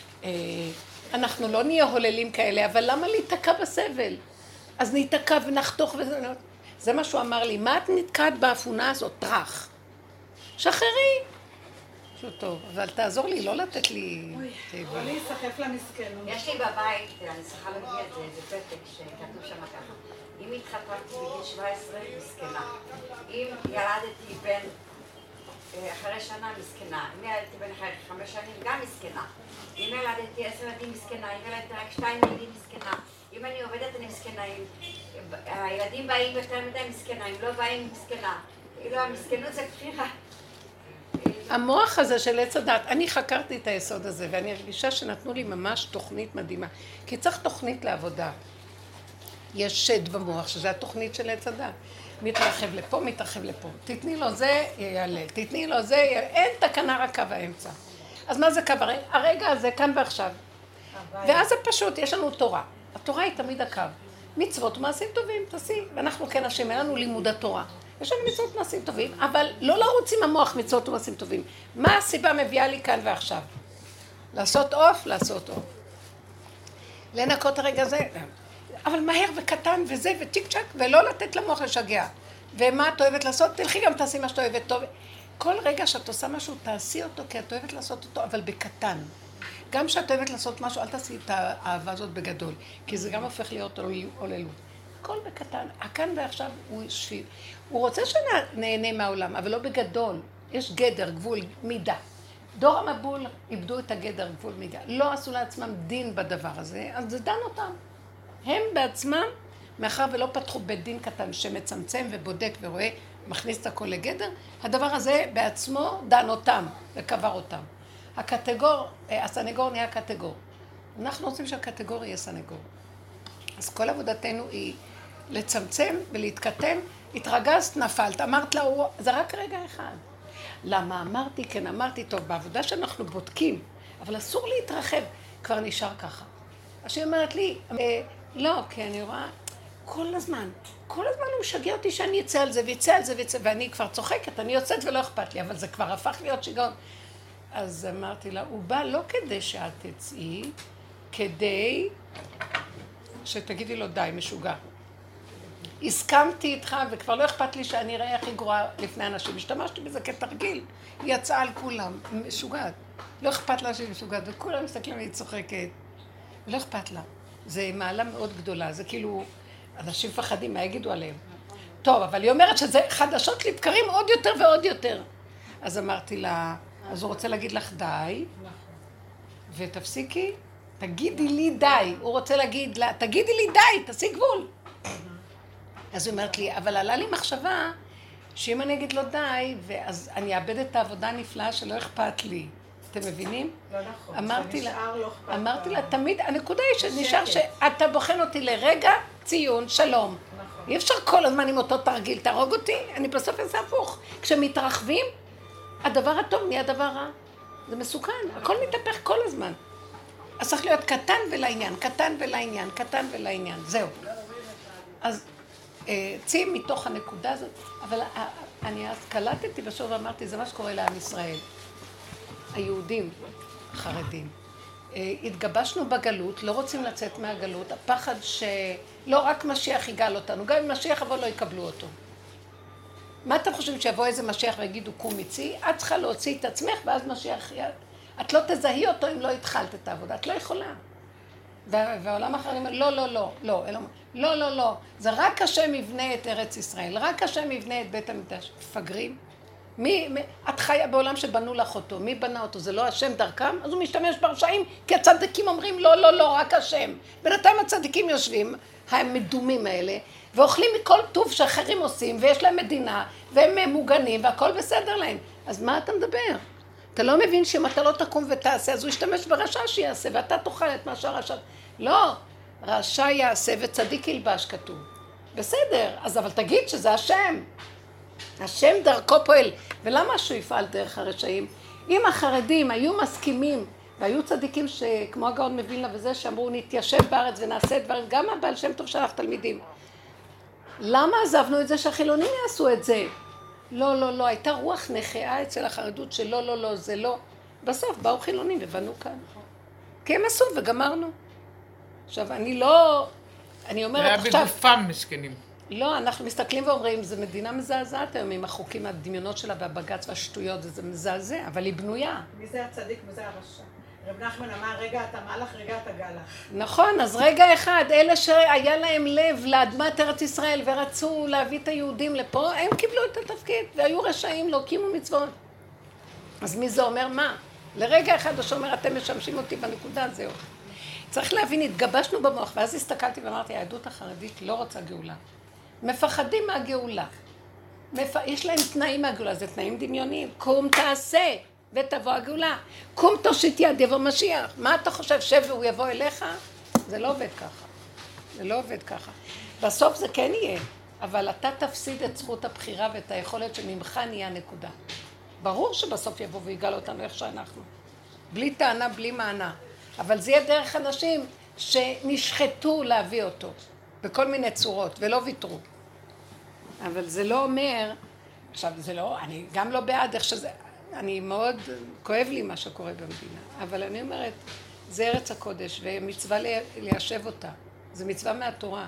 אנחנו לא נהיה הוללים כאלה, אבל למה להתקע בסבל? אז נתקע ונחתוך וזה... זה מה שהוא אמר לי, מה את נתקעת באפונה הזאת? טרח. שחררי. משהו טוב, אבל תעזור לי, לא לתת לי... בוא לי יסחף למסכנות. יש לי בבית, אני צריכה להביא את זה, זה פתק שכתוב שם ככה. אם התחתנתי בגיל 17, מסכנה. אם ילדתי בן אחרי שנה, מסכנה. אם ילדתי בן אחרי 5 שנים, גם מסכנה. אם ילדתי 10 ילדים, מסכנה. אם ילדתי רק 2 ילדים, מסכנה. אם אני עובדת, אני מסכנה. הילדים באים יותר מדי מסכנה, אם לא באים, מסכנה. כאילו, המסכנות זה בחירה. המוח הזה של עץ הדת, אני חקרתי את היסוד הזה ואני הרגישה שנתנו לי ממש תוכנית מדהימה. כי צריך תוכנית לעבודה. יש שד במוח שזה התוכנית של עץ הדת. מתרחב לפה, מתרחב לפה. תתני לו זה, יעלה. תתני לו זה, אין תקנה רק קו האמצע. אז מה זה קו הרגע הזה כאן ועכשיו? ואז זה פשוט, יש לנו תורה. התורה היא תמיד הקו. מצוות ומעשים טובים, תעשי. ואנחנו כן אנשים, אין לנו לימוד התורה. יש לנו מצוות ומעשים טובים, אבל לא לרוץ עם המוח מצוות ומעשים טובים. מה הסיבה מביאה לי כאן ועכשיו? לעשות עוף, לעשות עוף. לנקות הרגע הזה, אבל מהר וקטן וזה וטיק צ'ק, ולא לתת למוח לשגע. ומה את אוהבת לעשות? תלכי גם תעשי מה שאת אוהבת טוב. כל רגע שאת עושה משהו, תעשי אותו, כי את אוהבת לעשות אותו, אבל בקטן. גם שאת אוהבת לעשות משהו, אל תעשי את האהבה הזאת בגדול, כי זה גם הופך להיות עוללות. הכל בקטן. הכאן ועכשיו הוא רוצה שנהנה מהעולם, אבל לא בגדול. יש גדר, גבול, מידה. דור המבול איבדו את הגדר, גבול, מידה. לא עשו לעצמם דין בדבר הזה, אז זה דן אותם. הם בעצמם, מאחר ולא פתחו בית דין קטן שמצמצם ובודק ורואה, מכניס את הכל לגדר, הדבר הזה בעצמו דן אותם וקבר אותם. הסנגור נהיה קטגור. אנחנו רוצים שהקטגור יהיה סנגור. אז כל עבודתנו היא לצמצם ולהתקטן, התרגזת, נפלת, אמרת לה, זה רק רגע אחד. למה אמרתי, כן אמרתי, טוב, בעבודה שאנחנו בודקים, אבל אסור להתרחב, כבר נשאר ככה. אז שהיא אומרת לי, לא, כי אני רואה, כל הזמן הוא משגע אותי שאני אצא על זה ויצא על זה ויצא, ואני כבר צוחקת, אני יוצאת ולא אכפת לי, אבל זה כבר הפך להיות שיגעון. אז אמרתי לה, הוא בא לא כדי שאת תצאי, כדי שתגידי לו די, משוגע. הסכמתי איתך וכבר לא אכפת לי שאני אראה הכי גרועה לפני אנשים. השתמשתי בזה כתרגיל, היא יצאה על כולם, משוגעת. לא אכפת לה שהיא משוגעת, וכולם מסתכלים והיא צוחקת. לא אכפת לה. זה מעלה מאוד גדולה, זה כאילו, אנשים מפחדים, מה יגידו עליהם? טוב, אבל היא אומרת שזה חדשות לבקרים עוד יותר ועוד יותר. אז אמרתי לה, אז הוא רוצה להגיד לך די, ותפסיקי, תגידי לי די. הוא רוצה להגיד לה, תגידי לי די, תעשי גבול. אז היא אומרת לי, אבל עלה לי מחשבה, שאם אני אגיד לו די, אז אני אאבד את העבודה הנפלאה שלא אכפת לי. אתם מבינים? לא נכון, אמרתי לה, תמיד, הנקודה היא שנשאר שאתה בוחן אותי לרגע, ציון, שלום. אי אפשר כל הזמן עם אותו תרגיל, תהרוג אותי, אני בסוף אעשה הפוך. כשמתרחבים, הדבר הטוב נהיה דבר רע. זה מסוכן, הכל מתהפך כל הזמן. אז צריך להיות קטן ולעניין, קטן ולעניין, קטן ולעניין, זהו. אז צאי מתוך הנקודה הזאת, אבל אני אז קלטתי בשוב ואמרתי, זה מה שקורה לעם ישראל. היהודים, החרדים, התגבשנו בגלות, לא רוצים לצאת מהגלות, הפחד שלא רק משיח יגאל אותנו, גם אם משיח יבוא לא יקבלו אותו. מה אתם חושבים שיבוא איזה משיח ויגידו קום מצי? את צריכה להוציא את עצמך ואז משיח, את לא תזהי אותו אם לא התחלת את העבודה, את לא יכולה. והעולם האחר אומר, לא, זה רק השם יבנה את ארץ ישראל, רק השם יבנה את בית המקדש. מפגרים? את חיה בעולם שבנו לך אותו, מי בנה אותו? זה לא השם דרכם? אז הוא משתמש ברשעים, כי הצדיקים אומרים, לא, רק השם. בינתיים הצדיקים יושבים, המדומים האלה, ואוכלים מכל טוב שאחרים עושים, ויש להם מדינה, והם מוגנים, והכל בסדר להם. אז מה אתה מדבר? אתה לא מבין שאם אתה לא תקום ותעשה, אז הוא ישתמש ברשע שיעשה, ואתה תאכל את מה שהרשע... לא, רשע יעשה וצדיק ילבש כתוב. בסדר, אז אבל תגיד שזה השם. השם דרכו פועל. ולמה שהוא יפעל דרך הרשעים? אם החרדים היו מסכימים, והיו צדיקים שכמו הגאון מווילנה וזה, שאמרו נתיישב בארץ ונעשה דברים, גם הבעל שם טוב שלח תלמידים. למה עזבנו את זה שהחילונים יעשו את זה? לא, הייתה רוח נחאה אצל החרדות שלא, זה לא. בסוף באו חילונים ובנו כאן. כי הם עשו וגמרנו. עכשיו, אני אומרת עכשיו... היה בגופם מסכנים. לא, אנחנו מסתכלים ואומרים, זו מדינה מזעזעת היום עם החוקים, הדמיונות שלה והבג"ץ והשטויות, וזה מזעזע, אבל היא בנויה. מי זה הצדיק, מי זה הרשע? רב נחמן אמר, רגע אתה מלאך, רגע אתה גלח. נכון, אז רגע אחד, אלה שהיה להם לב לאדמת ארץ ישראל ורצו להביא את היהודים לפה, הם קיבלו את התפקיד והיו רשעים, לא קימו מצוות. אז מי זה אומר מה? לרגע אחד הוא שאומר, אתם משמשים אותי בנקודה, זהו. צריך להבין, התגבשנו במוח, ואז הסתכלתי ואמרתי, היהדות החרדית לא רוצה גאולה. מפחדים מהגאולה. יש להם תנאים מהגאולה, זה תנאים דמיוניים. קום תעשה ותבוא הגאולה. קום תושיט יד, יבוא משיח. מה אתה חושב, שב והוא יבוא אליך? זה לא עובד ככה. זה לא עובד ככה. בסוף זה כן יהיה, אבל אתה תפסיד את זכות הבחירה ואת היכולת שממך נהיה נקודה. ברור שבסוף יבוא ויגאל אותנו איך שאנחנו. בלי טענה, בלי מענה. אבל זה יהיה דרך אנשים שנשחטו להביא אותו. בכל מיני צורות, ולא ויתרו. אבל זה לא אומר, עכשיו זה לא, אני גם לא בעד איך שזה, אני מאוד, כואב לי מה שקורה במדינה, אבל אני אומרת, זה ארץ הקודש, ומצווה ליישב אותה. זה מצווה מהתורה.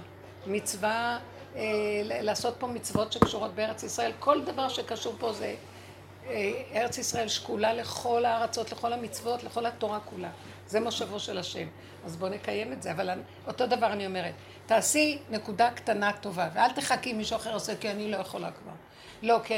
מצווה לעשות פה מצוות שקשורות בארץ ישראל. כל דבר שקשור פה זה ארץ ישראל שקולה לכל הארצות, לכל המצוות, לכל התורה כולה. זה מושבו של השם. אז בואו נקיים את זה, אבל אותו דבר אני אומרת. תעשי נקודה קטנה טובה, ואל תחכי מישהו אחר עושה, כי אני לא יכולה כבר. לא, כי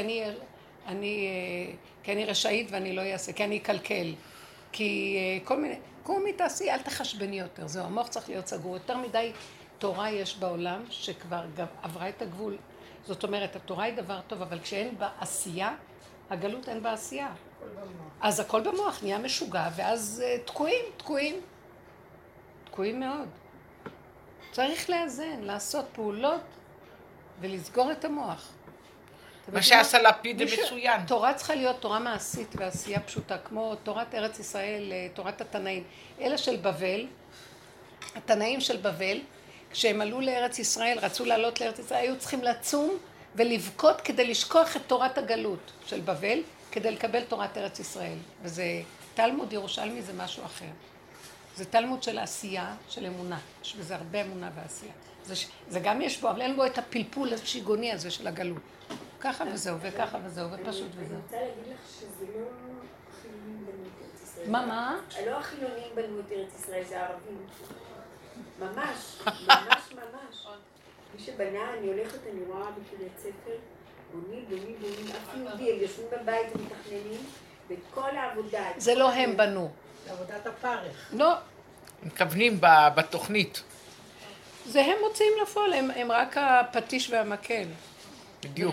אני רשאית ואני לא אעשה, כי אני אקלקל. כי כל מיני, קומי תעשי, אל תחשבני יותר. זהו, המוח צריך להיות סגור. יותר מדי תורה יש בעולם שכבר גם עברה את הגבול. זאת אומרת, התורה היא דבר טוב, אבל כשאין בה עשייה, הגלות אין בה עשייה. אז הכל במוח נהיה משוגע, ואז תקועים מאוד. צריך לאזן, לעשות פעולות ולסגור את המוח. מה שעשה לפיד זה מצוין. תורה צריכה להיות תורה מעשית ועשייה פשוטה, כמו תורת ארץ ישראל, תורת התנאים. אלה של בבל, התנאים של בבל, כשהם עלו לארץ ישראל, רצו לעלות לארץ ישראל, היו צריכים לצום ולבכות כדי לשכוח את תורת הגלות של בבל, כדי לקבל תורת ארץ ישראל. וזה תלמוד ירושלמי, זה משהו אחר. זה תלמוד של עשייה, של אמונה. יש בזה הרבה אמונה ועשייה. זה גם יש בו, אבל אין בו את הפלפול השיגוני הזה של הגלות. ככה וזהו, וככה וזהו, ופשוט וזהו. אני רוצה להגיד לך שזה לא החילונים בנו את ארץ ישראל. מה? לא החילונים בנו את ארץ ישראל, זה הערבים. ממש. מי שבנה, אני הולכת, אני רואה בקריית ספר, בונים, אף יהודי, הם יושבים בבית ומתכננים, וכל העבודה... זה לא הם בנו. זה עבודת הפרך. לא. מתכוונים בתוכנית. זה הם מוצאים לפועל, הם רק הפטיש והמקל. בדיוק.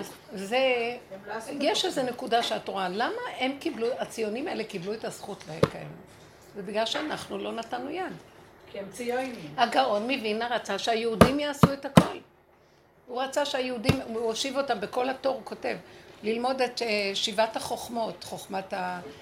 יש איזו נקודה שאת רואה, למה הם קיבלו, הציונים האלה קיבלו את הזכות לקיים? זה בגלל שאנחנו לא נתנו יד. כי הם ציונים. הגאון מווילנה רצה שהיהודים יעשו את הכל. הוא רצה שהיהודים, הוא הושיב אותם בכל התור, הוא כותב, ללמוד את שבעת החוכמות, חוכמת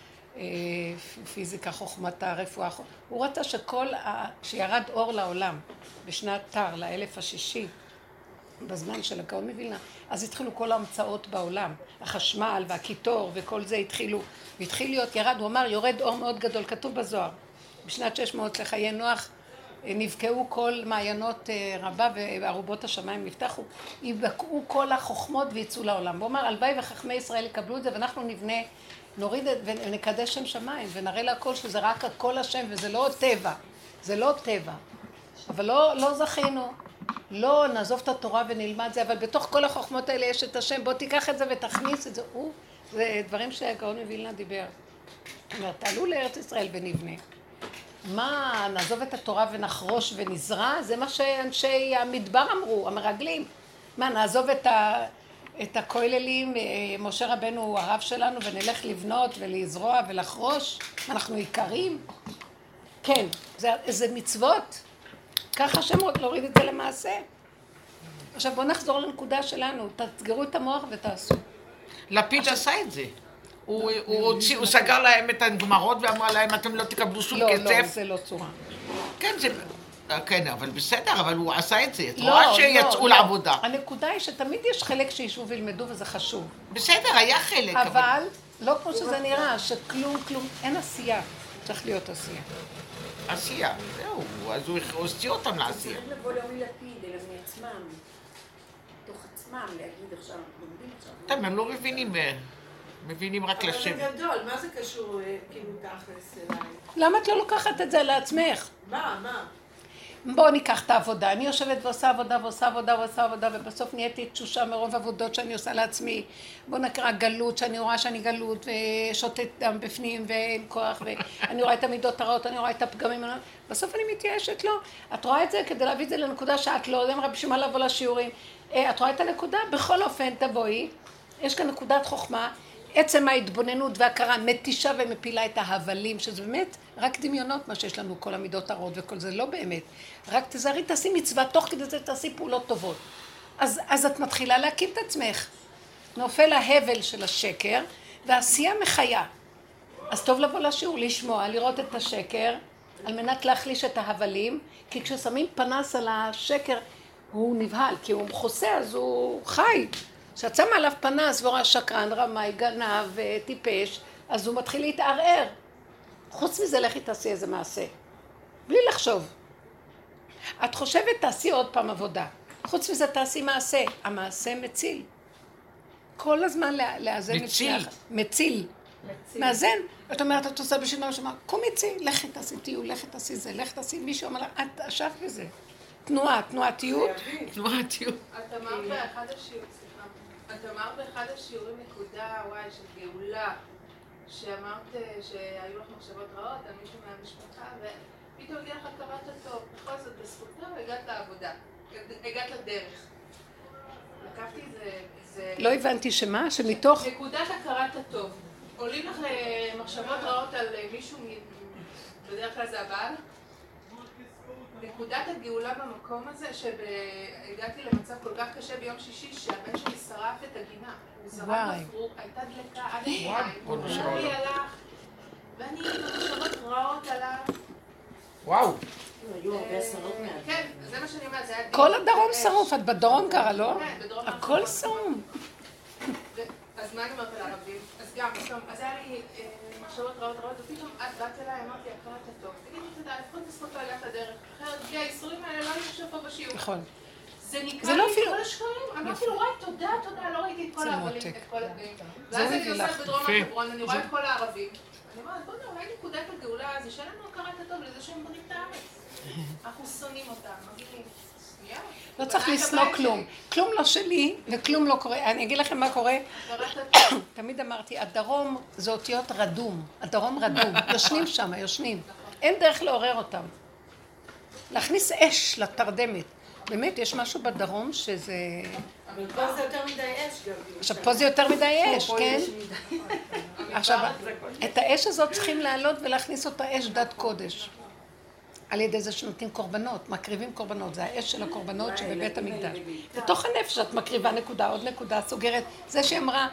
הפיזיקה, חוכמת הרפואה. הוא רצה שירד אור לעולם בשנת תר, לאלף השישי, בזמן של הגאון מווילנה, אז התחילו כל ההמצאות בעולם, החשמל והקיטור וכל זה התחיל להיות ירד, הוא אמר יורד אור מאוד גדול, כתוב בזוהר, בשנת 600 לחיי נוח נבקעו כל מעיינות רבה וערובות השמיים נפתחו, יבקעו כל החוכמות ויצאו לעולם. הוא אמר הלוואי וחכמי ישראל יקבלו את זה ואנחנו נוריד ונקדש שם שמיים ונראה להכל שזה רק הכל השם וזה לא טבע, זה לא טבע, אבל לא זכינו. לא נעזוב את התורה ונלמד זה, אבל בתוך כל החוכמות האלה יש את השם, בוא תיקח את זה ותכניס את זה. זה דברים שהגאון מווילנה דיבר. זאת אומרת, תעלו לארץ ישראל ונבנה. מה, נעזוב את התורה ונחרוש ונזרע? זה מה שאנשי המדבר אמרו, המרגלים. מה, נעזוב את הכוללים, משה רבנו הוא הרב שלנו, ונלך לבנות ולזרוע ולחרוש? אנחנו עיקרים? כן, זה מצוות. ככה שמות להוריד את זה למעשה. עכשיו בואו נחזור לנקודה שלנו, תסגרו את המוח ותעשו. לפיד עשה את זה. הוא סגר להם את הגמרות ואמר להם אתם לא תקבלו שום כסף. לא, זה לא צורה. כן, אבל בסדר, אבל הוא עשה את זה. את רואה שיצאו לעבודה. הנקודה היא שתמיד יש חלק שישבו וילמדו וזה חשוב. בסדר, היה חלק. אבל לא כמו שזה נראה, שכלום, אין עשייה. צריך להיות עשייה. עשייה, זהו, אז הוא הוציא אותם לעשייה. צריך לבוא לא מלפיד, אלא מעצמם, מתוך עצמם, להגיד עכשיו, לומדים עכשיו. טוב, הם לא מבינים רק לשם. אבל זה גדול, מה זה קשור כאילו תכלס אליי? למה את לא לוקחת את זה לעצמך? מה? בואו ניקח את העבודה, אני יושבת ועושה עבודה, ובסוף נהייתי תשושה מרוב עבודות שאני עושה לעצמי. בואו נקרא גלות, שאני רואה שאני גלות, ושוטט דם בפנים ואין כוח, ואני רואה את המידות הרעות, אני רואה את הפגמים, בסוף אני מתייאשת, לא. את רואה את זה כדי להביא את זה לנקודה שאת לא, זה אמרה בשביל מה לבוא לשיעורים. את רואה את הנקודה? בכל אופן תבואי, יש כאן נקודת חוכמה, עצם ההתבוננות והכרה מתישה ומפילה את ההבלים, שזה באמת רק דמיונות מה שיש לנו, כל המידות הרעות וכל זה, לא באמת. רק תזהרי, תעשי מצווה, תוך כדי זה תעשי פעולות טובות. אז את מתחילה להקים את עצמך. נופל ההבל של השקר, והעשייה מחיה. אז טוב לבוא לשיעור, לשמוע, לראות את השקר, על מנת להחליש את ההבלים, כי כששמים פנס על השקר, הוא נבהל, כי הוא חוסה, אז הוא חי. כשאת שמה עליו פנס ורואה שקרן, רמאי, גנב, טיפש, אז הוא מתחיל להתערער. חוץ מזה, לכי תעשי איזה מעשה. בלי לחשוב. את חושבת, תעשי עוד פעם עבודה. חוץ מזה, תעשי מעשה. המעשה מציל. כל הזמן לאזן את מציל. מציל. מאזן. את אומרת, את עושה בשביל מה שאומר, קומי צי, לכי תעשי טיול, לכי תעשי זה, לכי תעשי, מישהו אומר לך, את אשת בזה. תנועתיות. תנועתיות. את אמרת באחד השיעורים, סליחה, את אמרת באחד השיעורים נקודה, וואי, של גאולה, שאמרת שהיו לך מחשבות רעות על מישהו מהמשפחה, ופתאום הגיע לך הכרת הטוב, בכל זאת בזכותו והגעת לעבודה, הגעת לדרך. לקחתי זה... לא הבנתי שמה? שמתוך... נקודת הכרת הטוב. עולים לך מחשבות רעות על מישהו, בדרך כלל זה הבעל? נקודת הגאולה במקום הזה, שהגעתי למצב כל כך קשה ביום שישי, שהבן שלי שרף את הגינה. הוא שרף בפרוק, הייתה דלקה עד העיניים, ואני הלך, ואני מחשבות רעות עליו. וואו. היו הרבה אסונות מעט. כן, זה מה שאני אומרת, זה היה... כל הדרום שרוף, את בדרום קרה, לא? כן, בדרום. הכל שרום. אז מה אני אומרת על הערבים? אז גם, אז היה לי מחשבות רעות, ופתאום את באת אליי, אמרתי, הכרת הטוב. תגידי תודה, לפחות בזכות הגעת הדרך. אחרת, בלי האיסורים האלה לא הייתי פה בשיעור. נכון. זה נקרא לי את כל השקרים. אמרתי לו, וואי, תודה, לא ראיתי את כל הערבים, את כל הדברים. ואז אני נוסעת בדרום החברון, אני רואה את כל הערבים. אני אומרת, בוא נראה, אולי נקודת הגאולה, זה שאין לנו הכרת הטוב לזה שהם בונים את הארץ. אנחנו שונאים אותם, מגיעים. לא צריך לשנוא כלום. כלום לא שלי וכלום לא קורה. אני אגיד לכם מה קורה. תמיד אמרתי, הדרום זה אותיות רדום. הדרום רדום. יושנים שם, יושנים. אין דרך לעורר אותם. להכניס אש לתרדמת. באמת, יש משהו בדרום שזה... אבל פה זה יותר מדי אש גם. עכשיו, פה זה יותר מדי אש, כן? עכשיו, את האש הזאת צריכים לעלות ולהכניס אותה אש דת קודש. על ידי זה שנותנים קורבנות, מקריבים קורבנות, זה האש של הקורבנות שבבית המקדש. בתוך הנפש את מקריבה נקודה, עוד נקודה, סוגרת. זה שאמרה,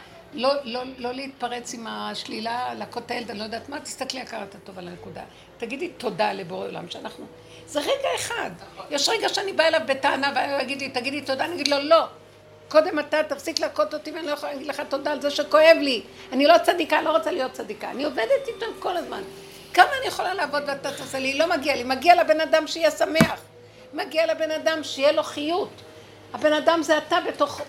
לא להתפרץ עם השלילה, לקות הילד, אני לא יודעת מה, תסתכלי הכרת הטוב על הנקודה. תגידי תודה לבורא עולם שאנחנו... זה רגע אחד. יש רגע שאני באה אליו בטענה והוא יגיד לי, תגידי תודה, אני אגיד לו, לא. קודם אתה תפסיק להכות אותי ואני לא יכולה להגיד לך תודה על זה שכואב לי. אני לא צדיקה, לא רוצה להיות צדיקה. אני עובדת איתם כל הזמן. כמה אני יכולה לעבוד ואתה תעשה לי? לא מגיע לי. מגיע לבן אדם שיהיה שמח. מגיע לבן אדם שיהיה לו חיות. הבן אדם זה אתה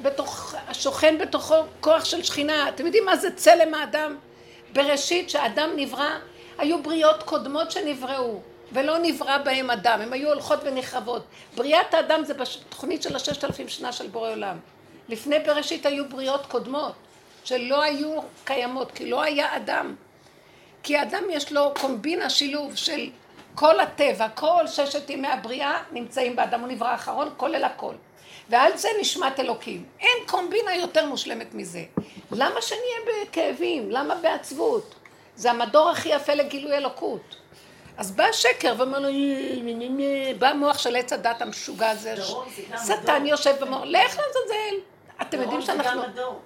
שוכן בתוכו כוח של שכינה. אתם יודעים מה זה צלם האדם? בראשית שהאדם נברא, היו בריאות קודמות שנבראו, ולא נברא בהם אדם. הם היו הולכות ונחרבות. בריאת האדם זה בתוכנית של 6,000 שנה של בורא עולם. לפני בראשית היו בריאות קודמות, שלא היו קיימות, כי לא היה אדם. כי האדם יש לו קומבינה, שילוב של כל הטבע, כל 6 ימי הבריאה נמצאים באדם, הוא נברא האחרון, כולל הכל. ועל זה נשמת אלוקים. אין קומבינה יותר מושלמת מזה. למה שנהיה בכאבים? למה בעצבות? זה המדור הכי יפה לגילוי אלוקות. אז בא השקר ואומר לו, בא המוח של עץ הדת המשוגע הזה, שטן יושב ואומר, לך לזלזל. אתם יודעים שאנחנו...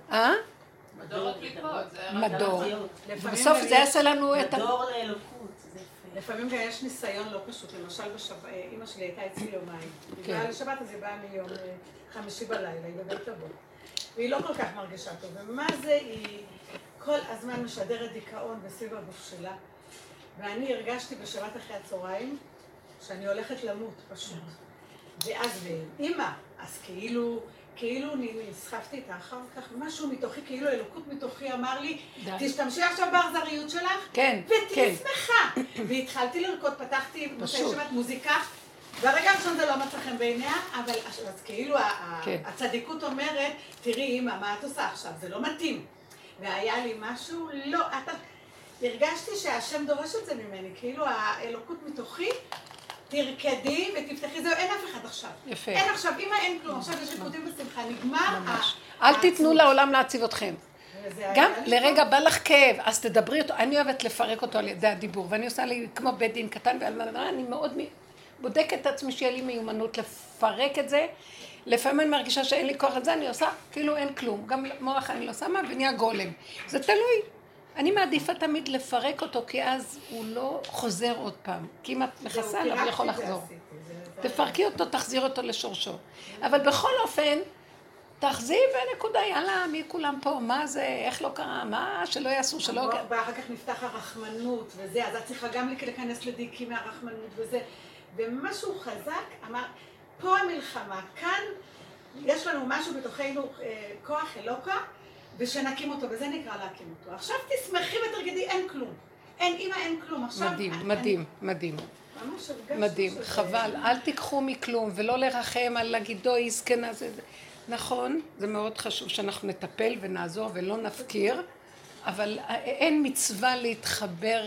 מדור הקליפות, זה... מדור. בסוף זה יעשה לנו את... מדור לאלוקות. לפעמים גם יש ניסיון לא פשוט, למשל אמא שלי הייתה אצלי יומיים. בגלל לשבת אז היא באה מיום 5 בלילה, היא בבית אבות. והיא לא כל כך מרגישה טוב, ומה זה היא כל הזמן משדרת דיכאון בסביב הגוף שלה. ואני הרגשתי בשבת אחרי הצהריים שאני הולכת למות פשוט. ואז אמא, אז כאילו נסחפתי איתה אחר כך, משהו מתוכי, כאילו אלוקות מתוכי אמר לי, תשתמשי עכשיו באכזריות שלך, ותהי שמחה. והתחלתי לרקוד, פתחתי מוזיקה, והרגע הראשון זה לא מצא חן בעיניה, אבל אז כאילו הצדיקות אומרת, תראי אמא, מה את עושה עכשיו? זה לא מתאים. והיה לי משהו, לא, הרגשתי שהשם דורש את זה ממני, כאילו האלוקות מתוכי, תרקדי ותפתחי, זהו, אין אף אחד עכשיו. יפה. אין עכשיו, אמא אין כלום, עכשיו יש ריקודים בשמחה, נגמר. אל תיתנו לעולם להציב אתכם. גם לרגע בא לך כאב, אז תדברי אותו, אני אוהבת לפרק אותו על ידי הדיבור, ואני עושה לי כמו בית דין קטן, ואני מאוד בודקת את עצמי שיהיה לי מיומנות לפרק את זה, לפעמים אני מרגישה שאין לי כוח על זה, אני עושה כאילו אין כלום, גם מוח אני לא שמה ונהיה גולם. זה תלוי. אני מעדיפה תמיד לפרק אותו, כי אז הוא לא חוזר עוד פעם. כי אם את מכסה עליו, הוא יכול לחזור. תפרקי אותו, תחזיר אותו לשורשו. אבל בכל אופן, תחזיר בנקודה, יאללה, מי כולם פה? מה זה? איך לא קרה? מה? שלא יעשו, שלא... ואחר כך נפתח הרחמנות וזה, אז את צריכה גם להיכנס לדיקים מהרחמנות וזה. ומשהו חזק, אמר, פה המלחמה, כאן יש לנו משהו בתוכנו, כוח אלוקה, ושנקים אותו, וזה נקרא להקים אותו. עכשיו תשמחי ותרקדי, אין כלום. אין אמא, אין כלום. עכשיו... מדהים. מדהים, חבל, אל תיקחו מכלום ולא לרחם על הגידו יזקנה זה. נכון, זה מאוד חשוב שאנחנו נטפל ונעזור ולא נפקיר, אבל אין מצווה להתחבר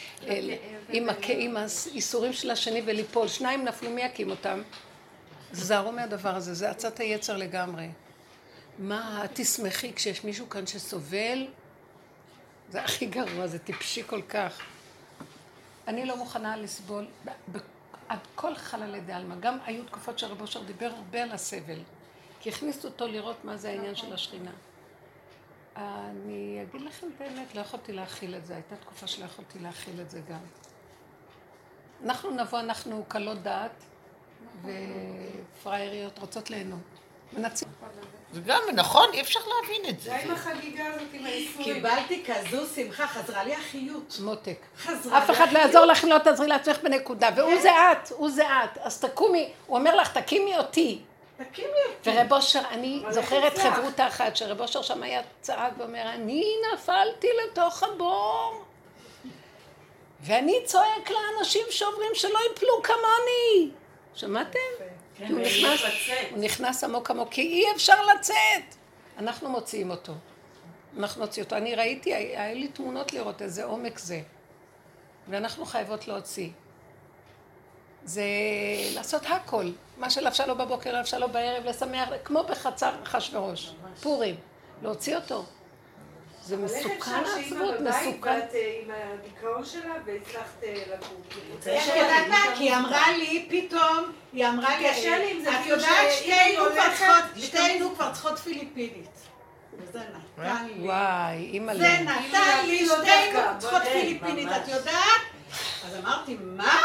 עם האיסורים של השני וליפול. שניים נפלו, מי יקים אותם? זהרו מהדבר הזה, זה עצת היצר לגמרי. מה, תשמחי כשיש מישהו כאן שסובל? זה הכי גרוע, זה טיפשי כל כך. אני לא מוכנה לסבול, עד כל חללי דעלמא, גם היו תקופות שרב אושר דיבר הרבה על הסבל, כי הכניסו אותו לראות מה זה העניין של השכינה. אני אגיד לכם את האמת, לא יכולתי להכיל את זה, הייתה תקופה שלא יכולתי להכיל את זה גם. אנחנו נבוא, אנחנו קלות דעת ופרייריות רוצות ליהנות. מנצים. זה גם נכון, אי אפשר להבין את זה. זה עם החגיגה הזאת, עם האיסורים. קיבלתי כזו שמחה, חזרה לי החיות. מותק. אף אחד לא יעזור לך אם לא תעזרי לעצמך בנקודה. והוא זה את, אז תקומי, הוא אומר לך, תקימי אותי. תקימי אותי. ורב אושר, אני זוכרת חברותה אחת, שרב אושר שם היה צעק ואומר, אני נפלתי לתוך הבור. ואני צועק לאנשים שעוברים שלא יפלו כמוני. שמעתם? הוא נכנס עמוק עמוק, כי אי אפשר לצאת. אנחנו מוציאים אותו. אני ראיתי, היה לי תמונות לראות איזה עומק זה. ואנחנו חייבות להוציא. זה לעשות הכל. מה שלבשה לו בבוקר, לבשה לו בערב, לשמח, כמו בחצר אחשוורוש. פורים. להוציא אותו. זה מסוכן עצבות, מסוכן. ואת עם הדיכאון שלה והצלחת לקום. איך יודעת מה? כי היא אמרה לי פתאום, היא אמרה לי, את יודעת שתינו כבר צריכות פיליפינית. וזה נתן לי. וואי, אימא זה נתן לי, שתינו צריכות פיליפינית, את יודעת? אז אמרתי, מה?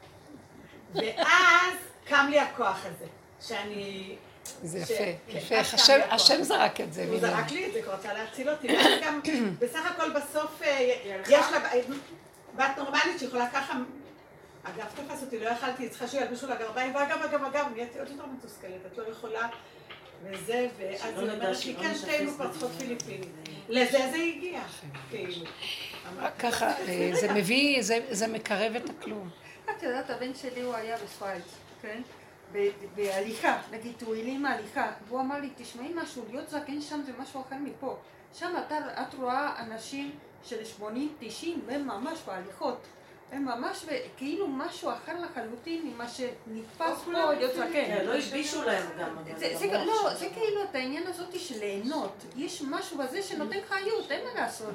ואז קם לי הכוח הזה, שאני... זה יפה, השם זרק את זה. הוא זרק לי את זה, כי רוצה להציל אותי. וגם בסך הכל בסוף יש לה בת נורמלית שיכולה ככה, אגב תפס אותי, לא יכלתי, צריכה שילבשו לה גרביים, ואגב, נהייתי עוד יותר מתוסכלת, את לא יכולה, וזה, ואז היא אומרת לי, כן, שתינו כבר צריכות פיליפינית. לזה זה הגיע, כאילו. ככה, זה מביא, זה מקרב את הכלום. את יודעת, הבן שלי הוא היה בשוויץ, כן? בהליכה, נגיד, הוא העלים מההליכה, והוא אמר לי, תשמעי משהו, להיות זקן שם זה משהו אחר מפה. שם את רואה אנשים של 80-90, והם ממש בהליכות. הם ממש כאילו משהו אחר לחלוטין ממה שנתפס פה להיות זקן. לא השבישו להם גם. לא, זה כאילו את העניין הזאת של ליהנות. יש משהו בזה שנותן חיות, אין מה לעשות,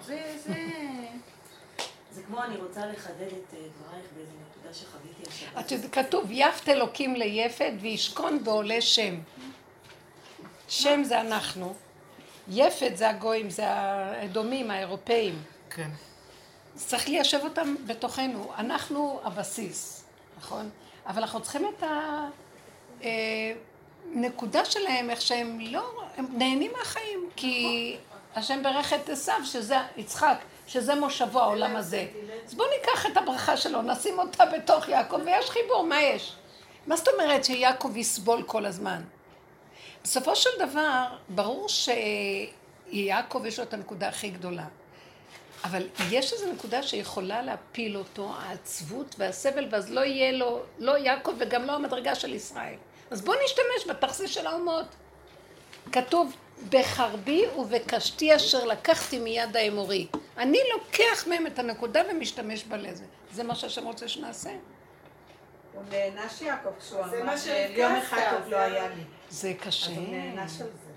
זה כמו אני רוצה לחדד את דברייך באיזו נקודה שחוויתי השבת. כתוב, יפת אלוקים ליפת וישכון בעולה שם. שם זה אנחנו. יפת זה הגויים, זה האדומים, האירופאים. כן. צריך ליישב אותם בתוכנו. אנחנו הבסיס, נכון? אבל אנחנו צריכים את הנקודה שלהם, איך שהם לא, הם נהנים מהחיים, כי השם ברך את עשיו, שזה יצחק, שזה מושבו העולם הזה. אז בואו ניקח את הברכה שלו, נשים אותה בתוך יעקב, ויש חיבור, מה יש? מה זאת אומרת שיעקב יסבול כל הזמן? בסופו של דבר, ברור שיעקב יש לו את הנקודה הכי גדולה. אבל יש איזו נקודה שיכולה להפיל אותו, העצבות והסבל, ואז לא יהיה לו, לא יעקב וגם לא המדרגה של ישראל. אז בואו נשתמש בתכסיס של האומות. כתוב, בחרבי ובקשתי אשר לקחתי מיד האמורי. אני לוקח מהם את הנקודה ומשתמש בה לזה. זה מה שהשם רוצה שנעשה. הוא נענש יעקב כשהוא אמר, יום אחד טוב לא היה לי. זה קשה. אז הוא נענש על זה.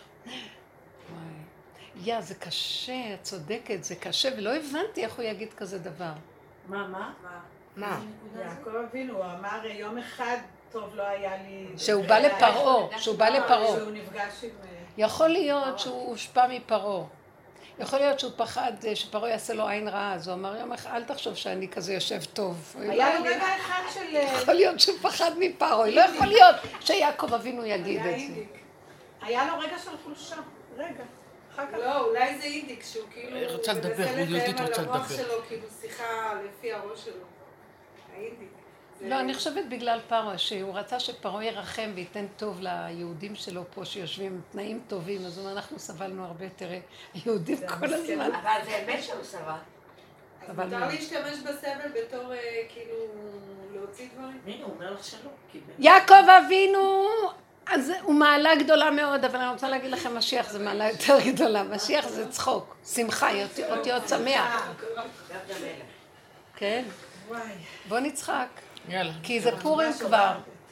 זה קשה, את צודקת, זה קשה, ולא הבנתי איך הוא יגיד כזה דבר. מה? יעקב אבינו, הוא אמר יום אחד טוב לא היה לי... שהוא בא לפרעה, שהוא נפגש עם... יכול להיות שהוא הושפע מפרעה. יכול להיות שהוא פחד שפרעה יעשה לו עין רעה, אז הוא אמר יום אחד, אל תחשוב שאני כזה יושב טוב. היה לו רגע אחד של... יכול להיות שהוא פחד מפרעה, לא יכול להיות שיעקב אבינו יגיד את זה. היה לו רגע של חולשה, רגע. לא, אולי זה אידיק, שהוא כאילו... רוצה לדבר, הוא יהודית רוצה לדבר. המוח שלו, כאילו שיחה לפי הראש שלו. האידיק. לא, אני חושבת בגלל פרעה, שהוא רצה שפרעה ירחם וייתן טוב ליהודים שלו פה שיושבים עם תנאים טובים, אז הוא אומר, אנחנו סבלנו הרבה, תראה, היהודים כל הזמן. אבל זה אמת שהוא סבל. אז מותר להשתמש בסבל בתור כאילו להוציא דברים? הנה, הוא אומר לך שלא. יעקב אבינו, אז הוא מעלה גדולה מאוד, אבל אני רוצה להגיד לכם, משיח זה מעלה יותר גדולה. משיח זה צחוק, שמחה, אותיות שמח. כן? בוא נצחק. יאללה. כי זה פורים כבר.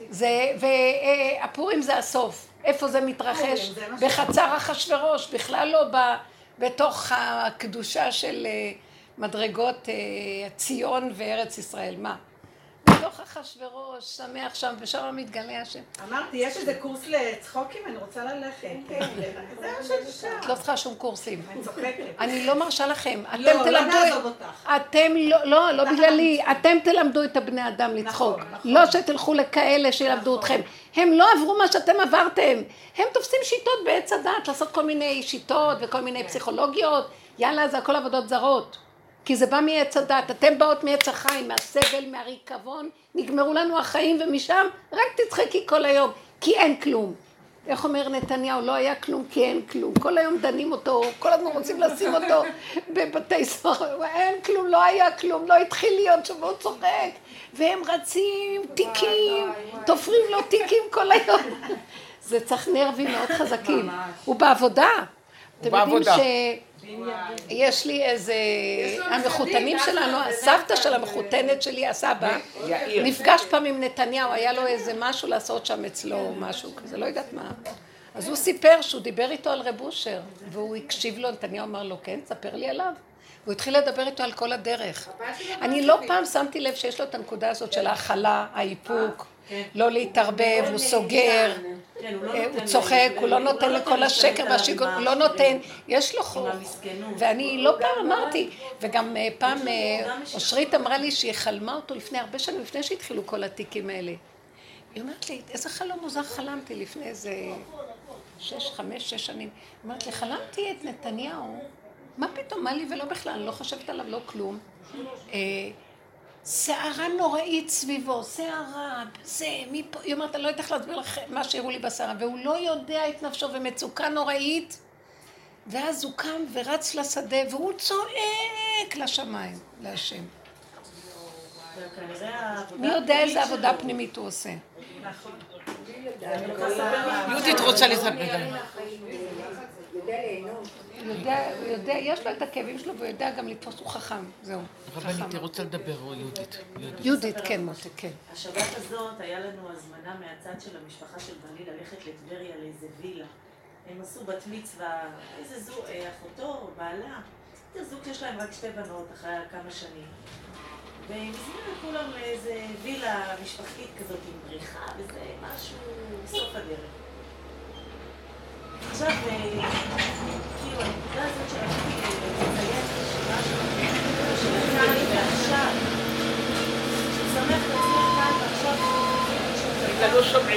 והפורים זה הסוף. איפה זה מתרחש? בחצר אחשוורוש, בכלל לא בתוך הקדושה של מדרגות ציון וארץ ישראל. מה? בתוך אחשוורוש, שמח שם, ושם מתגלה השם. אמרתי, יש איזה קורס לצחוקים, אני רוצה ללכת. זה מה שאני שם. את לא צריכה שום קורסים. אני צוחקת. אני לא מרשה לכם. לא, לא נעזוב אותך. אתם לא בגללי. אתם תלמדו את הבני אדם לצחוק. לא שתלכו לכאלה שילמדו אתכם. הם לא עברו מה שאתם עברתם. הם תופסים שיטות בעץ הדת, לעשות כל מיני שיטות וכל מיני פסיכולוגיות. יאללה, זה הכל עבודות זרות. כי זה בא מעץ הדת, אתם באות מעץ החיים, מהסבל, מהריקבון, נגמרו לנו החיים ומשם רק תצחקי כל היום, כי אין כלום. איך אומר נתניהו, לא היה כלום כי אין כלום, כל היום דנים אותו, כל הזמן רוצים לשים אותו בבתי סוהר, אין כלום, לא היה כלום, לא התחיל להיות שבו צוחק, והם רצים תיקים, תופרים לו תיקים כל היום. זה צריך נרבים מאוד חזקים, הוא בעבודה. אתם יודעים יש לי איזה, המחותנים שלנו, הסבתא של המחותנת שלי, הסבא, נפגש פעם עם נתניהו, היה לו איזה משהו לעשות שם אצלו, משהו כזה, לא יודעת מה. אז הוא סיפר שהוא דיבר איתו על רב אושר, והוא הקשיב לו, נתניהו אמר לו, כן, ספר לי עליו. הוא התחיל לדבר איתו על כל הדרך. אני לא פעם שמתי לב שיש לו את הנקודה הזאת של ההכלה, האיפוק, לא להתערבב, הוא סוגר, הוא צוחק, הוא לא נותן לכל השקר והשיגות, הוא לא נותן, יש לו חוק. ואני לא פעם אמרתי, וגם פעם אושרית אמרה לי שהיא חלמה אותו לפני הרבה שנים, לפני שהתחילו כל התיקים האלה. היא אומרת לי, איזה חלום מוזר חלמתי לפני איזה 5-6 שנים. היא אומרת לי, חלמתי את נתניהו, מה פתאום, מה לי ולא בכלל, אני לא חושבת עליו, לא כלום. שערה נוראית סביבו, שערה, זה, מפה, היא אומרת, אני לא יודעת איך להסביר לך מה שהראו לי בשערה, והוא לא יודע את נפשו ומצוקה נוראית, ואז הוא קם ורץ לשדה, והוא צועק לשמיים, להשם. מי יודע איזה עבודה פנימית הוא עושה? יהודית רוצה לספר. הוא יודע, יש לו את הכאבים שלו, והוא יודע גם לתפוס, הוא חכם, זהו. רבנית, היא רוצה לדבר, או יהודית? יהודית, כן, מוטה, כן. השבת הזאת היה לנו הזמנה מהצד של המשפחה של בני ללכת לטבריה לאיזה וילה. הם עשו בת מצווה, איזה זוג, אחותו, בעלה, איזה זוג שיש להם רק 2 בנות אחרי כמה שנים. והם הזמינו כולם לאיזה וילה משפחתית כזאת עם בריכה וזה משהו בסוף הדרך. עכשיו, כאילו, הנקודה הזאת של לציין רשימה של כאן ועכשיו, ששמח לציין כאן ועכשיו, אתה לא שומעים.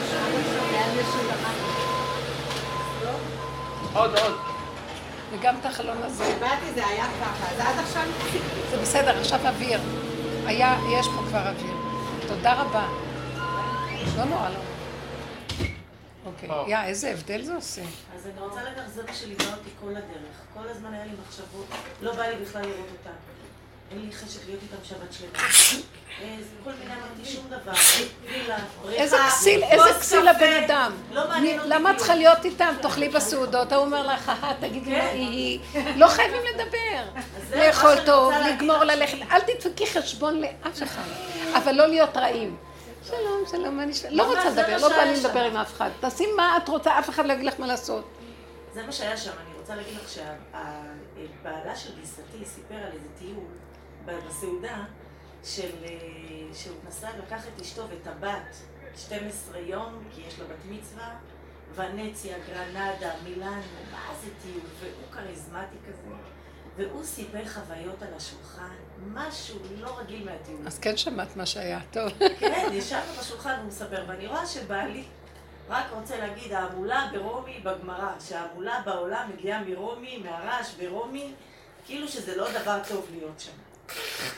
עוד. וגם את החלום הזה. באתי, זה היה ככה, אז עד עכשיו זה בסדר, עכשיו אוויר. יש פה כבר אוויר. תודה רבה. לא נורא לא. אוקיי, איזה הבדל זה עושה. אז אני רוצה להגיד לך, זה מה שליווה אותי כל הדרך. כל הזמן היה לי מחשבות, לא בא לי בכלל לראות אותם. אין לי חשק להיות איתם שבת שלמה. כל מיני אמרתי שום דבר. וילה, בריכה, איזה כסיל הבן אדם. למה צריכה להיות איתם? תאכלי בסעודות. הוא אומר לך, תגידי מה היא. לא חייבים לדבר. לאכול טוב, לגמור ללכת. אל תדפקי חשבון לאף אחד. אבל לא להיות רעים. שלום, מה נשמע? לא רוצה לדבר, לא בא לי לדבר עם אף אחד. תעשי מה את רוצה, אף אחד לא יגיד לך מה לעשות. זה מה שהיה שם, אני רוצה להגיד לך שהבעלה של גיסתי סיפר על איזה טיול בסעודה, שהוא נסע לקח את אשתו ואת הבת 12 יום, כי יש לו בת מצווה, ונציה, גרנדה, מילאנו, מה זה טיול, והוא כריזמטי כזה. והוא סיפר חוויות על השולחן, משהו לא רגיל מהטיול. אז כן שמעת מה שהיה, טוב. כן, ישבנו בשולחן והוא מספר, ואני רואה שבעלי רק רוצה להגיד, העמולה ברומי בגמרא, שהעמולה בעולם מגיעה מרומי, מהרעש ברומי, כאילו שזה לא דבר טוב להיות שם.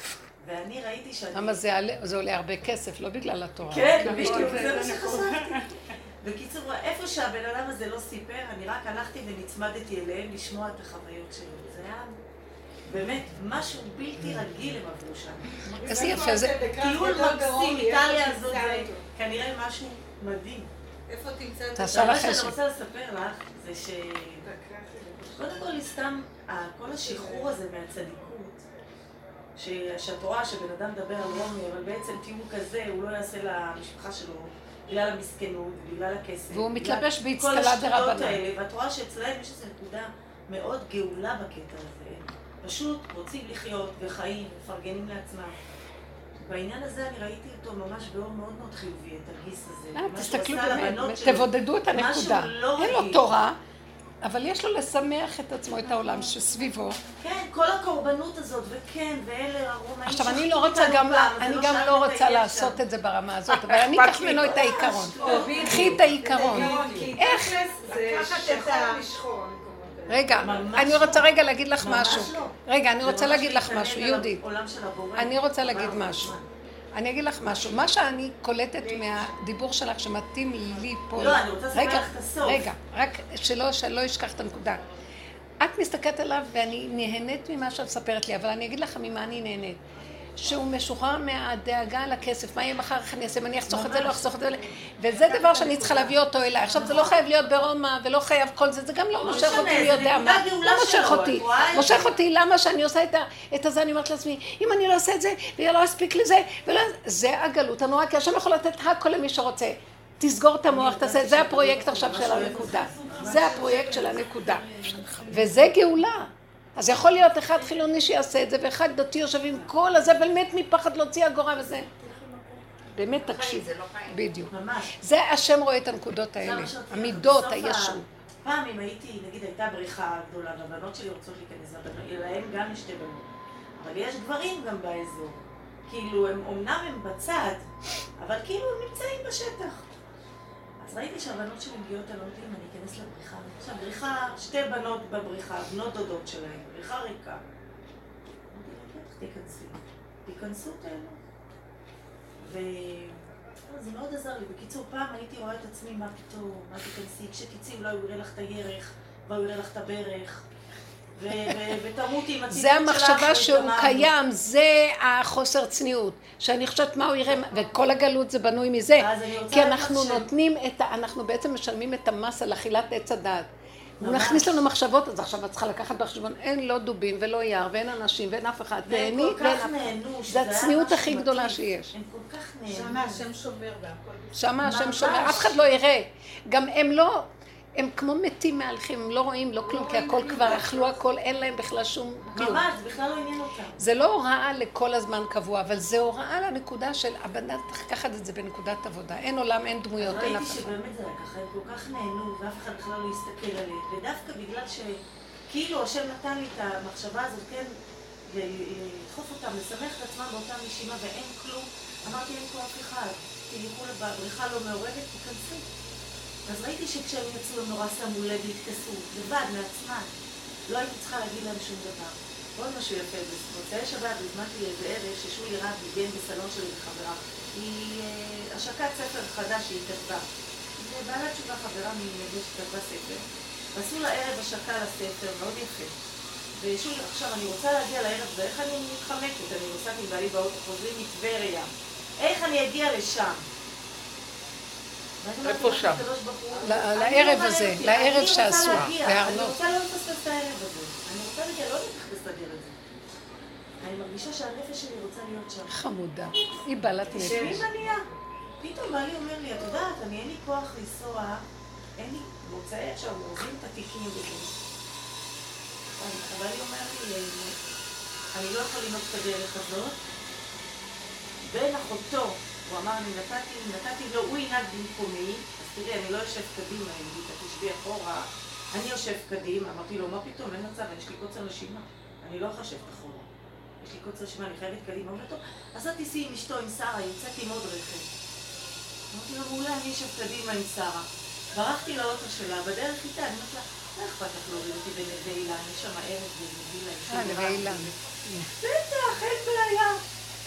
ואני ראיתי שאני... למה זה עולה הרבה כסף, לא בגלל התורה. כן, בדיוק, זה מה שחשבתי. בקיצור, איפה שהבן אדם הזה לא סיפר, אני רק הלכתי ונצמדתי אליהם לשמוע את החוויות שלו. זה היה באמת משהו בלתי רגיל הם עברו שם. איזה יפה זה. טיול מקסים, איטליה הזאת זה כנראה משהו מדהים. איפה תמצא את תעשה לך מה שאני חשב. רוצה לספר לך זה ש... קודם כל, סתם, כל השחרור הזה מהצדיקות, שאת רואה שבן אדם מדבר על רומי, אבל בעצם טיול כזה הוא לא יעשה למשפחה שלו בגלל המסכנות, בגלל הכסף. והוא מתלבש באצטלה כל השטויות דרבנן. האלה, ואת רואה שאצלהם יש איזו נקודה מאוד גאולה בקטע הזה. פשוט רוצים לחיות וחיים, מפרגנים לעצמם. בעניין הזה אני ראיתי אותו ממש באור מאוד מאוד חיובי, את הגיס הזה. תסתכלו באמת, תבודדו את הנקודה. אין לו תורה, אבל יש לו לשמח את עצמו, את העולם שסביבו. כן, כל הקורבנות הזאת, וכן, ואלה הרומאים... עכשיו, אני גם לא רוצה לעשות את זה ברמה הזאת, אבל אני אקח ממנו את העיקרון. קחי את העיקרון. איך? רגע, אני רוצה רגע להגיד לך משהו. רגע, אני רוצה להגיד לך משהו, יהודית. אני רוצה להגיד משהו. אני אגיד לך משהו. מה שאני קולטת מהדיבור שלך שמתאים לי פה... לא, אני רוצה לספר לך את הסוף. רגע, רק שלא אשכח את הנקודה. את מסתכלת עליו ואני נהנית ממה שאת מספרת לי, אבל אני אגיד לך ממה אני נהנית. שהוא משוחרר מהדאגה על הכסף, מה יהיה מחר, איך אני אעשה, אני אחסוך את זה, לא אחסוך את זה, וזה דבר שאני צריכה להביא אותו אליי. עכשיו זה לא חייב להיות ברומא, ולא חייב כל זה, זה גם לא מושך אותי, מי יודע מה. לא מושך אותי. מושך אותי, למה שאני עושה את הזה, אני אומרת לעצמי, אם אני לא עושה את זה, ולא אספיק לזה, זה הגלות הנורא, כי השם יכול לתת הכל למי שרוצה. תסגור את המוח, תעשה, זה הפרויקט עכשיו של הנקודה. זה הפרויקט של הנקודה. וזה גאולה. אז יכול להיות אחד חילוני שיעשה את זה, ואחד דתי יושב עם כל הזה, באמת מפחד להוציא אגורה וזה. באמת תקשיב, בדיוק. זה השם רואה את הנקודות האלה, המידות, הישו. פעם אם הייתי, נגיד הייתה בריכה גדולה, והבנות שלי רוצות להיכנס, להם גם יש שתי בנות. אבל יש גברים גם באזור. כאילו, אמנם הם בצד, אבל כאילו הם נמצאים בשטח. אז ראיתי שהבנות שלי מגיעות על אותי, אני אכנס לבריכה. עכשיו, בריכה, שתי בנות בבריכה, בנות דודות שלהם, בריכה ריקה. אמרתי, תיכנסו תהנו. וזה מאוד עזר לי. בקיצור, פעם הייתי רואה את עצמי, מה פתאום, מה תיכנסי, כשתצאי אולי הוא יראה לך את הירך, והוא יראה לך את הברך. ותמותי עם הצינות שלך. זה המחשבה שהוא קיים, זה החוסר צניעות. שאני חושבת מה הוא יראה, וכל הגלות זה בנוי מזה. כי אנחנו נותנים אנחנו בעצם משלמים את המס על אכילת עץ הדעת. הוא נכניס לנו מחשבות, אז עכשיו את צריכה לקחת בחשבון, אין לא דובים ולא יער, ואין אנשים, ואין אף אחד, ואין אף אחד. זה הצניעות הכי גדולה שיש. הם כל כך נהנו. שמה השם שומר והכל. שמה השם שומר, אף אחד לא יראה. גם הם לא... הם כמו מתים מהלכים, הם לא רואים, לא כלום, כי הכל כבר אכלו הכל, אין להם בכלל שום כלום. ממש, זה בכלל לא עניין אותם. זה לא הוראה לכל הזמן קבוע, אבל זה הוראה לנקודה של הבנת, לקחת את זה בנקודת עבודה. אין עולם, אין דמויות, אין אף אחד. ראיתי שבאמת זה ככה, הם כל כך נהנו, ואף אחד בכלל לא הסתכל עליהם. ודווקא בגלל שכאילו השם נתן לי את המחשבה הזאת, כן, לדחוף אותם, לשמח את עצמם באותה נשימה, ואין כלום. אמרתי, אין פה אף אחד. תלכו לבריכה לא מעורבת, תיכנסו. אז ראיתי שכשהם יצאו הם נורא שמו לב והתכסו, לבד, מעצמן. לא הייתי צריכה להגיד להם שום דבר. עוד משהו יפה, במוצאי שבת הזמנתי איזה ערב ששולי רב ניגן בסלון שלי לחברה. היא השקת ספר חדש שהיא כתבה. זה בעלת תשובה חברה מנגד שכתבה ספר. ועשו לה ערב השקה לספר, מאוד יפה. ושולי, עכשיו אני רוצה להגיע לערב הזה, איך אני מתחמקת? אני נוסעת עם בעלי באוטו, חוזרים מטבריה. איך אני אגיע לשם? איפה שם? לערב הזה, לערב שעשו, אני רוצה לא לפספס את הערב הזה. אני רוצה להגיע, לא לפספס את זה. אני מרגישה שהנפש שלי רוצה להיות שם. חמודה, היא בעלת נפש. שהיא מניעה. פתאום בעלי אומר לי, את יודעת, אין לי כוח לנסוע, אין לי מוצאי עכשיו, מורזים את התיקים וזה. בעלי אומר לי, אני לא יכול לנהוג את הדרך הזאת. בין אחותו, הוא אמר, אני נתתי לו, הוא ינהג במקומי, אז תראי, אני לא יושב קדימה, אתה תשבי אחורה, אני יושב קדימה, אמרתי לו, מה פתאום, אין מצב, יש לי קוצר נשימה, אני לא חושבת אחורה, יש לי קוצר נשימה, אני חייבת קדימה, הוא אומר, טוב, אז את תיסעי עם אשתו, עם שרה, יוצאתי עם עוד רכב. אמרתי לו, אולי אני יושב קדימה עם שרה. ברחתי לאוטו שלה, בדרך איתה, אני אומרת לה, לא אכפת לך להוריד אותי בנווה אילן, יש שם ערב בנווה אילן. נווה אילן. בטח, אין בעיה.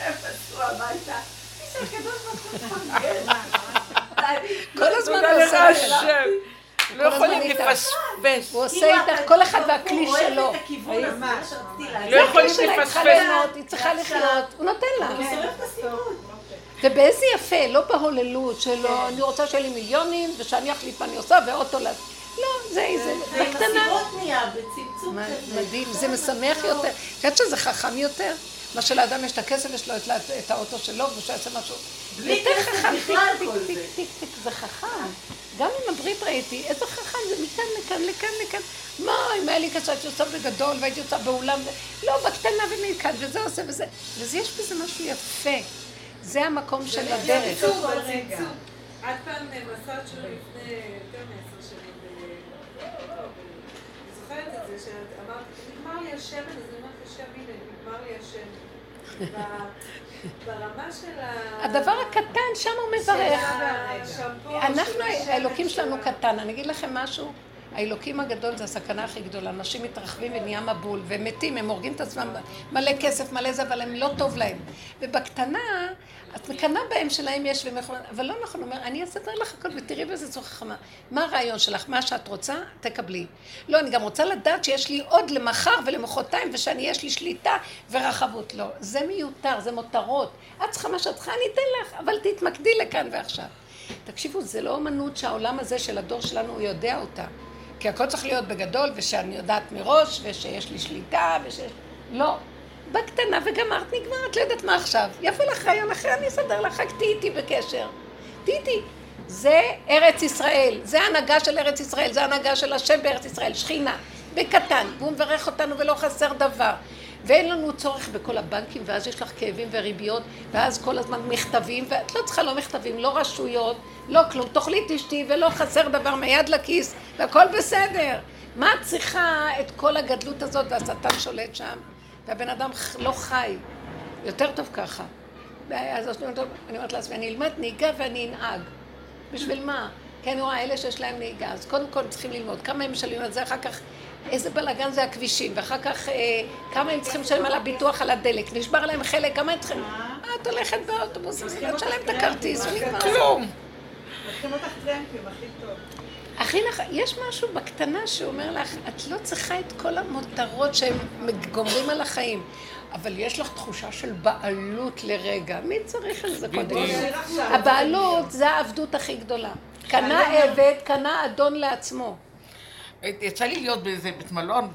איתו הביתה. איזה הקדוש ברוך הוא. כל הזמן הוא עושה השם. לא יכולים לפספס. הוא עושה איתך, כל אחד והכלי שלו. לא יכולים לפספס. היא צריכה לחיות, הוא נותן לה. ובאיזה יפה, לא בהוללות שלו, אני רוצה שיהיה לי מיליונים ושאני אחליט מה אני עושה ואוטו לה. לא, זה בקטנה. בסיבות נהיה, בצמצום. מדהים, זה משמח יותר. חושבת שזה חכם יותר? מה שלאדם יש את הכסף, יש לו את האוטו שלו, והוא שעשה משהו. בלי כסף בכלל כל זה. זה חכם. גם עם הברית ראיתי, איזה חכם, זה מכאן לכאן, לכאן לכאן. מה, אם היה לי כסף, הייתי עושה בגדול, והייתי עושה באולם, לא, בקטנה ומכאן, וזה עושה וזה. ואז יש בזה משהו יפה. זה המקום של הדרך. עד פעם מסעת שלו לפני יותר מ10 שנים. אני זוכרת את זה, שאמרת, נגמר לי השמן, אז אני אומרת לשם, הנה, נגמר לי השמן. ברמה של הדבר הקטן, שם הוא מברך. אנחנו, האלוקים שלנו קטן. אני אגיד לכם משהו, האלוקים הגדול זה הסכנה הכי גדולה. אנשים מתרחבים ונהיה מבול, והם מתים, הם הורגים את עצמם מלא כסף, מלא זה, אבל הם לא טוב להם. ובקטנה, את מקנה בהם שלהם יש, אבל לא נכון, אומר, אני אסדר לך הכל ותראי בזה זו חכמה. מה הרעיון שלך? מה שאת רוצה? תקבלי. לא, אני גם רוצה לדעת שיש לי עוד למחר ולמחרתיים, ושאני יש לי שליטה ורחבות. לא, זה מיותר, זה מותרות. את צריכה מה שאת צריכה, אני אתן לך, אבל תתמקדי לכאן ועכשיו. תקשיבו, זה לא אמנות שהעולם הזה של הדור שלנו הוא יודע אותה. כי הכל צריך להיות בגדול, ושאני יודעת מראש, ושיש לי שליטה, לא. בקטנה וגמרת, נגמרת, לא יודעת מה עכשיו. יפה לך רעיון אחרי, אני אסדר לך, תהי איתי בקשר. תהי איתי. זה ארץ ישראל, זה ההנהגה של ארץ ישראל, זה ההנהגה של השם בארץ ישראל, שכינה, בקטן, והוא מברך אותנו ולא חסר דבר. ואין לנו צורך בכל הבנקים, ואז יש לך כאבים וריביות, ואז כל הזמן מכתבים, ואת לא צריכה לא מכתבים, לא רשויות, לא כלום, תאכלי תשתי ולא חסר דבר מיד לכיס, והכל בסדר. מה את צריכה את כל הגדלות הזאת והשטן שולט שם? והבן אדם לא חי, יותר טוב ככה. אז אני אומרת לעצמי, אני אלמד נהיגה ואני אנהג. בשביל מה? כי אני רואה אלה שיש להם נהיגה, אז קודם כל צריכים ללמוד. כמה הם משלמים על זה, אחר כך איזה בלגן זה הכבישים, ואחר כך כמה הם צריכים לשלם על הביטוח, על הדלק, נשבר להם חלק, כמה הם צריכים... את הולכת באוטובוס, לא תשלם את הכרטיס, ונגמר. כלום. לוקחים אותך טרמפים, הכי טוב. הכי נכון, יש משהו בקטנה שאומר לך, את לא צריכה את כל המותרות שהם גומרים על החיים, אבל יש לך תחושה של בעלות לרגע. מי צריך את זה קודם? הבעלות זה העבדות הכי גדולה. קנה עבד, קנה אדון לעצמו. יצא לי להיות באיזה בית מלון,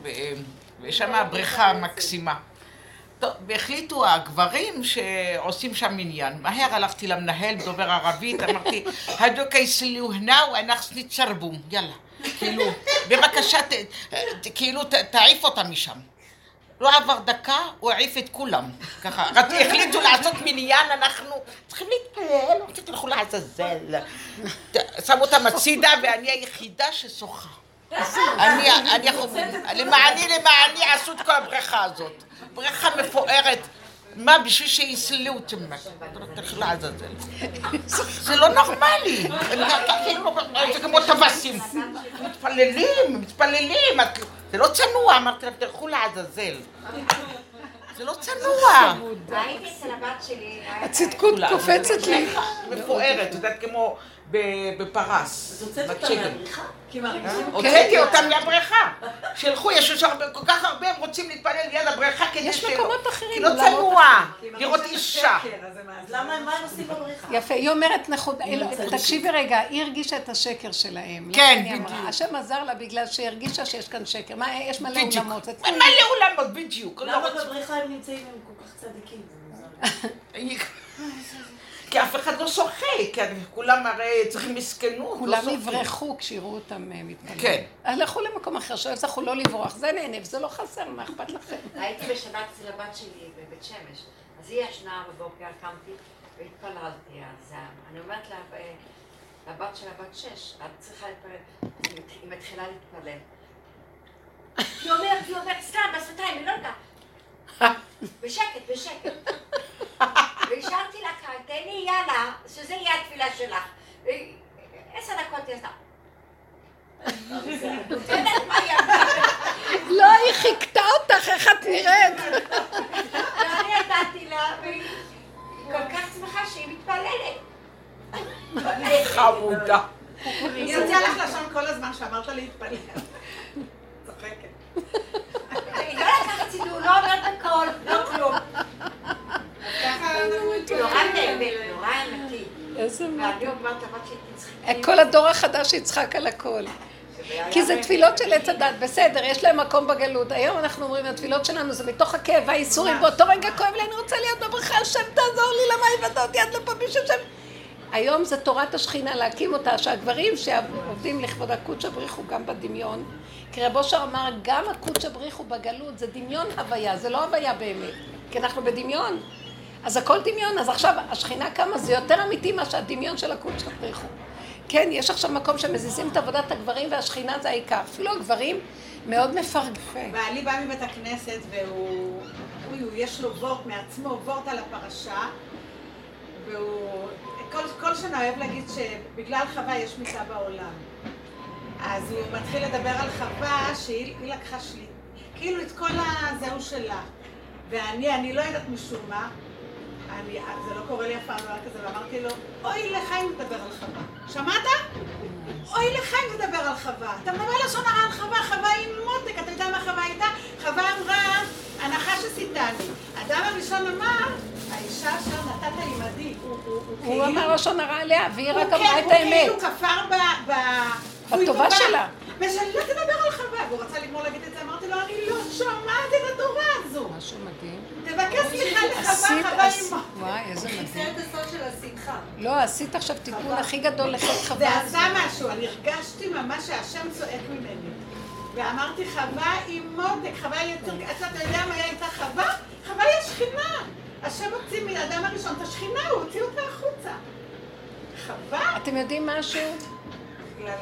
ושם בריכה מקסימה. טוב, והחליטו הגברים שעושים שם מניין. מהר הלכתי למנהל, דובר ערבית, אמרתי, הדוק יסלו הנה ואנחנו נצרבו, יאללה. כאילו, בבקשה, כאילו, תעיף אותם משם. לא עבר דקה, הוא העיף את כולם. ככה, החליטו לעשות מניין, אנחנו צריכים להתפלל, תלכו לעזאזל. שמו אותם הצידה, ואני היחידה ששוחה. למעני עשו את כל הבריכה הזאת. בריכה מפוארת. מה, בשביל שיסללו אותם? תלכו לעזאזל. זה לא נורמלי. זה כמו טווסים. מתפללים. זה לא צנוע, אמרתי להם, תלכו לעזאזל. זה לא צנוע. הייתי אצל הבת שלי. הצדקות קופצת לי. מפוארת, את יודעת כמו בפרס. אז הוצאת אותם מהבריכה? הוצאתי אותם מהבריכה. שילכו, יש כל כך הרבה, הם רוצים להתפלל ליד הבריכה כדי יש מקומות אחרים. כי לא צנוע, לראות אישה. אז למה, מה הם עושים בבריכה? יפה, היא אומרת תקשיבי רגע, היא הרגישה את השקר שלהם. כן, בדיוק. השם עזר לה בגלל שהיא הרגישה שיש כאן שקר. מה, יש מלא אולמות. מלא אולמות, בדיוק. למה בבריכה הם נמצאים, הם כל כך צדיקים? כי אף אחד לא שוחה, כי כולם הרי צריכים מסכנות. כולם יברחו כשיראו אותם מתפללים. כן. אז לכו למקום אחר, שזכו לא לברוח, זה נהנה, וזה לא חסר, מה אכפת לכם? הייתי בשבת אצל הבת שלי בבית שמש, אז היא ישנה בבוקר, קמתי והתפללתי, אז אני אומרת לבת של הבת 6, את צריכה להתפלל, היא מתחילה להתפלל. היא אומרת, סתם, בשפתיים, היא לא יודעת. בשקט. והשארתי לה כאן, תהני יאללה, שזה יהיה התפילה שלך. 10 דקות יזדה. לא, היא חיכתה אותך, איך את נראית? ואני ידעתי לה, והיא כל יכול להתפלל. צוחקת. היא לא לקחת סידור, לא אומרת הכל, לא כלום. נורא נאמת, נורא אמיתי. איזה ואני אומרת לבת שתצחקי. כל הדור החדש יצחק על הכל. כי זה תפילות של עץ הדת, בסדר, יש להם מקום בגלות. היום אנחנו אומרים, התפילות שלנו זה מתוך הכאב והאיסורים, באותו רגע כואב לי, אני רוצה להיות בברכה, השם תעזור לי, למה הבאת אותי עד לפה בשביל שם? היום זה תורת השכינה, להקים אותה, שהגברים שעובדים לכבוד הקודש הבריחו גם בדמיון, כי רב אושר אמר, גם הקודש הבריחו בגלות, זה דמיון הוויה, זה לא הוויה באמת, כי אנחנו בדמיון. אז הכל דמיון, אז עכשיו השכינה כמה, זה יותר אמיתי מה שהדמיון של הקודש הבריחו. כן, יש עכשיו מקום שמזיזים את עבודת הגברים והשכינה זה העיקר. אפילו הגברים מאוד מפרגפים. בעלי בא מבית הכנסת יש לו וורט מעצמו, וורט על הפרשה, והוא כל שנה אוהב להגיד שבגלל חווה יש מיטה בעולם. אז הוא מתחיל לדבר על חווה שהיא לקחה שלי, כאילו את כל הזהו שלה. ואני לא יודעת משום מה, זה לא קורה לי אף פעם דבר כזה, ואמרתי לו, אוי לך אם מדבר על חווה. שמעת? אוי לך אם מדבר על חווה. אתה מדבר לשון הרע על חווה, חווה היא מותק, אתה יודע מה חווה הייתה? חווה אמרה, הנחש עשיתני. אדם הראשון אמר, האישה אשר נתת עימדי. הוא אמר לשון הרע עליה, והיא רק אמרה את האמת. הוא כאילו כפר בטובה שלה. ושאני לא תדבר על חווה, והוא רצה לגמור להגיד את זה, אמרתי לו, אני לא שומעת את התורה הזו. משהו מדהים. תבקש סליחה לחווה, חווה אימו. וואי, איזה מדהים. זה את הסוד של השמחה. לא, עשית עכשיו תיקון הכי גדול לחטא חווה. זה עשה משהו, אני הרגשתי ממש שהשם צועק ממני. ואמרתי, חווה היא מותק, חווה היא יצור, אתה יודע מה הייתה חווה? חווה היא השכינה. השם הוציא מהאדם הראשון את השכינה, הוא הוציא אותה החוצה. חווה? אתם יודעים משהו? בגלל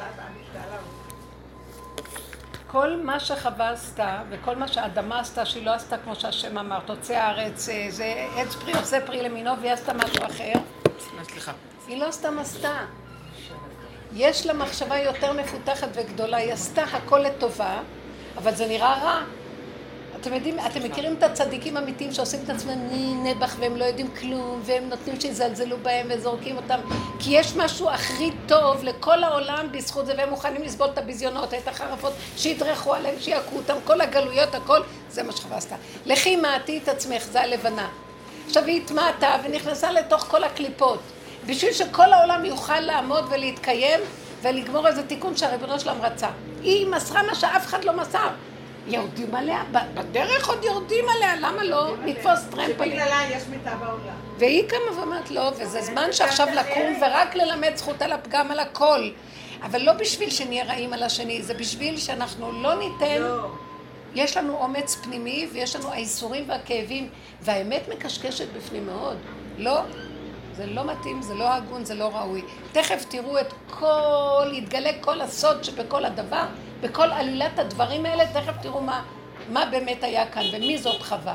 כל מה שחווה עשתה, וכל מה שהאדמה עשתה, שהיא לא עשתה כמו שהשם אמר, תוצא הארץ, זה עץ פרי עושה פרי למינו, והיא עשתה משהו אחר. סליחה. היא לא סתם עשתה. יש לה מחשבה יותר מפותחת וגדולה, היא עשתה הכל לטובה, אבל זה נראה רע. אתם יודעים, אתם מכירים את הצדיקים האמיתיים שעושים את עצמם נבח והם לא יודעים כלום, והם נותנים שיזלזלו בהם וזורקים אותם, כי יש משהו הכי טוב לכל העולם בזכות זה, והם מוכנים לסבול את הביזיונות, את החרפות, שידרכו עליהם, שיעקו אותם, כל הגלויות, הכל, זה מה שחווה עשתה. לכי מעטי את עצמך, זה הלבנה. עכשיו היא התמעטה ונכנסה לתוך כל הקליפות, בשביל שכל העולם יוכל לעמוד ולהתקיים ולגמור איזה תיקון שהריבונו שלהם רצה. היא מסרה מה שאף אחד לא מסר. יורדים עליה, בדרך עוד יורדים עליה, למה לא? נתפוס טרמפלים. שבגללה יש מיטה בעולם. והיא קמה ואומרת לא, וזה זמן שעכשיו לקום ורק ללמד זכות על הפגם על הכל. אבל לא בשביל שנהיה רעים על השני, זה בשביל שאנחנו לא ניתן. יש לנו אומץ פנימי ויש לנו האיסורים והכאבים, והאמת מקשקשת בפנים מאוד. לא, זה לא מתאים, זה לא הגון, זה לא ראוי. תכף תראו את כל, יתגלה כל הסוד שבכל הדבר, בכל עלילת הדברים האלה, תכף תראו מה באמת היה כאן ומי זאת חווה.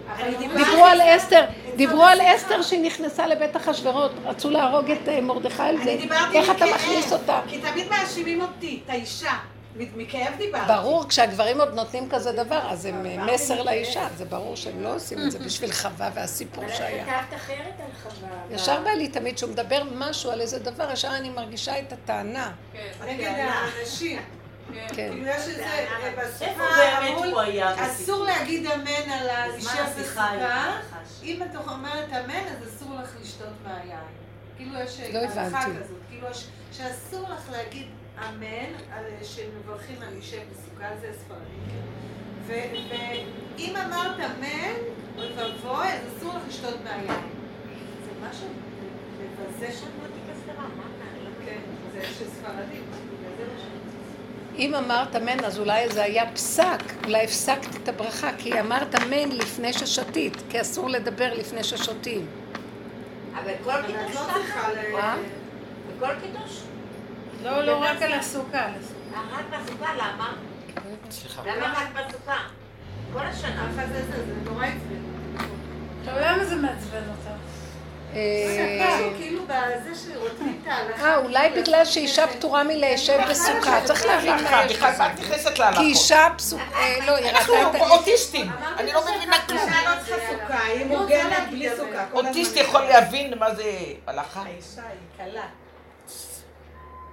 דיברו על אסתר שהיא נכנסה לבית אחשוורוש, רצו להרוג את מרדכי על זה. איך אתה מכניס אותה? כי תמיד מאשימים אותי, את האישה. מכאב דיברתי. ברור, כשהגברים עוד נותנים כזה דבר, אז זה מסר לאישה. זה ברור שהם לא עושים את זה בשביל חווה והסיפור שהיה. אבל כתבת אחרת על חווה. ישר בא לי תמיד שהוא מדבר משהו על איזה דבר, ישר אני מרגישה את הטענה. נגד האנשים. כן. כאילו יש איזה, איפה באמת הוא היה? אסור להגיד אמן על האישה בסוכה. בשיחה. אם את אומרת אמן, אז אסור לך לשתות מהיין. כאילו יש לא הלכה הבנתי. כזאת. כאילו שאסור לך להגיד אמן על שמברכים על אישה בסוכה, זה ספרדי. ואם אמרת אמן, אוי ואבוי, אז אסור לך לשתות מהיין. זה משהו מבזה שם. כן, זה שספרדים. אם אמרת אמן, אז אולי זה היה פסק, אולי הפסקת את הברכה, כי אמרת אמן לפני ששתית, כי אסור לדבר לפני ששותים. אבל כל קידוש ככה? וכל קידוש? לא רק על הסוכה. רק בסוכה, למה? סליחה. למה רק בסוכה? כל השנה. זה נורא עצבן. עכשיו למה זה מעצבן אותך? משהו כאילו בזה שרותמים את ההלכה. אולי בגלל שאישה פטורה מלהישב בסוכה, צריך להבין מה יש בכלל, את נכנסת להלכות. כי אישה פסוקה, לא, אנחנו אוטיסטים, אני לא מבינה כלום. אישה לא צריכה סוכה, היא מוגנת בלי סוכה. אוטיסט יכול להבין מה זה הלכה. האישה היא קלה.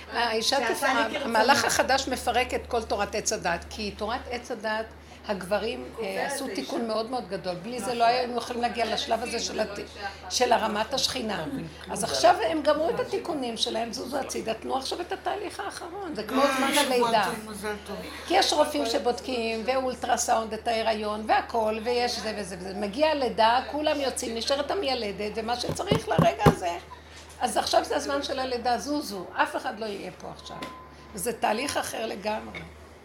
האישה המהלך החדש מפרק את כל תורת עץ הדת, כי תורת עץ הדת, הגברים עשו תיקון מאוד מאוד גדול, בלי זה לא היינו יכולים להגיע לשלב הזה של הרמת השכינה. אז עכשיו הם גמרו את התיקונים שלהם, זוזו הצידה, תנו עכשיו את התהליך האחרון, זה כמו זמן הלידה. כי יש רופאים שבודקים, ואולטרסאונד את ההיריון, והכל, ויש זה וזה וזה. מגיע הלידה, כולם יוצאים, נשארת המיילדת, ומה שצריך לרגע הזה. אז עכשיו זה הזמן של הלידה, זוזו, אף אחד לא יהיה פה עכשיו. וזה תהליך אחר לגמרי.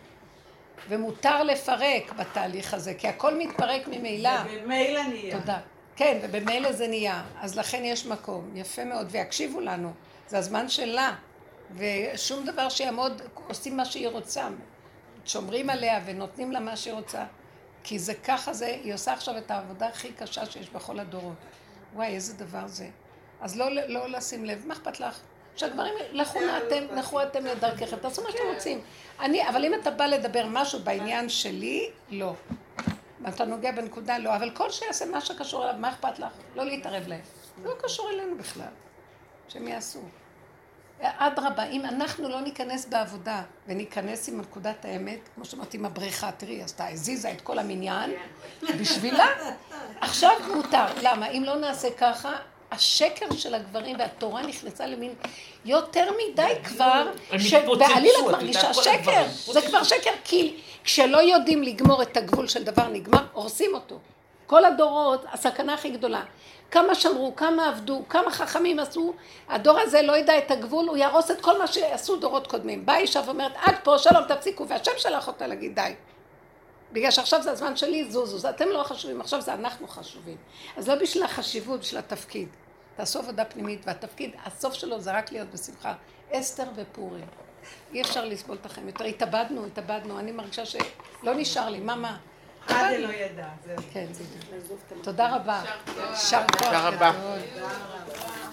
ומותר לפרק בתהליך הזה, כי הכל מתפרק ממילא. ובמילא נהיה. תודה. כן, ובמילא זה נהיה. אז לכן יש מקום, יפה מאוד, ויקשיבו לנו. זה הזמן שלה. ושום דבר שיעמוד, עושים מה שהיא רוצה. שומרים עליה ונותנים לה מה שהיא רוצה. כי זה ככה זה, היא עושה עכשיו את העבודה הכי קשה שיש בכל הדורות. וואי, איזה דבר זה. אז לא לשים לב, מה אכפת לך? שהגברים, לכו אתם לדרככם, תעשו מה שאתם רוצים. אבל אם אתה בא לדבר משהו בעניין שלי, לא. אתה נוגע בנקודה, לא. אבל כל שיעשה מה שקשור אליו, מה אכפת לך? לא להתערב להם. לא קשור אלינו בכלל. שהם יעשו. אדרבה, אם אנחנו לא ניכנס בעבודה, וניכנס עם נקודת האמת, כמו שאמרתי עם הבריכה, תראי, אז אתה הזיזה את כל המניין, בשבילה, עכשיו מותר. למה? אם לא נעשה ככה, השקר של הגברים והתורה נכנסה למין יותר מדי כבר, שבעליל את מרגישה שקר. זה כבר שקר, כי כשלא יודעים לגמור את הגבול של דבר נגמר, הורסים אותו. כל הדורות, הסכנה הכי גדולה. כמה שמרו, כמה עבדו, כמה חכמים עשו, הדור הזה לא ידע את הגבול, הוא ירוס את כל מה שעשו דורות קודמים. באה אישה ואומרת, עד פה, שלום, תפסיקו, והשם שלח אותה להגיד די. בגלל שעכשיו זה הזמן שלי, זוזו, אתם לא חשובים, עכשיו זה אנחנו חשובים. אז לא בשביל החשיבות, בשביל התפקיד. תעשו עבודה פנימית, והתפקיד, הסוף שלו זה רק להיות בשמחה. אסתר ופורים. אי אפשר לסבול את החיים יותר. התאבדנו, אני מרגישה שלא נשאר לי, מה? עד לא ידע. כן, תודה רבה. שר כוח. תודה רבה.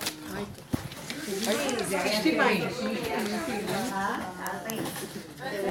אשתי מים.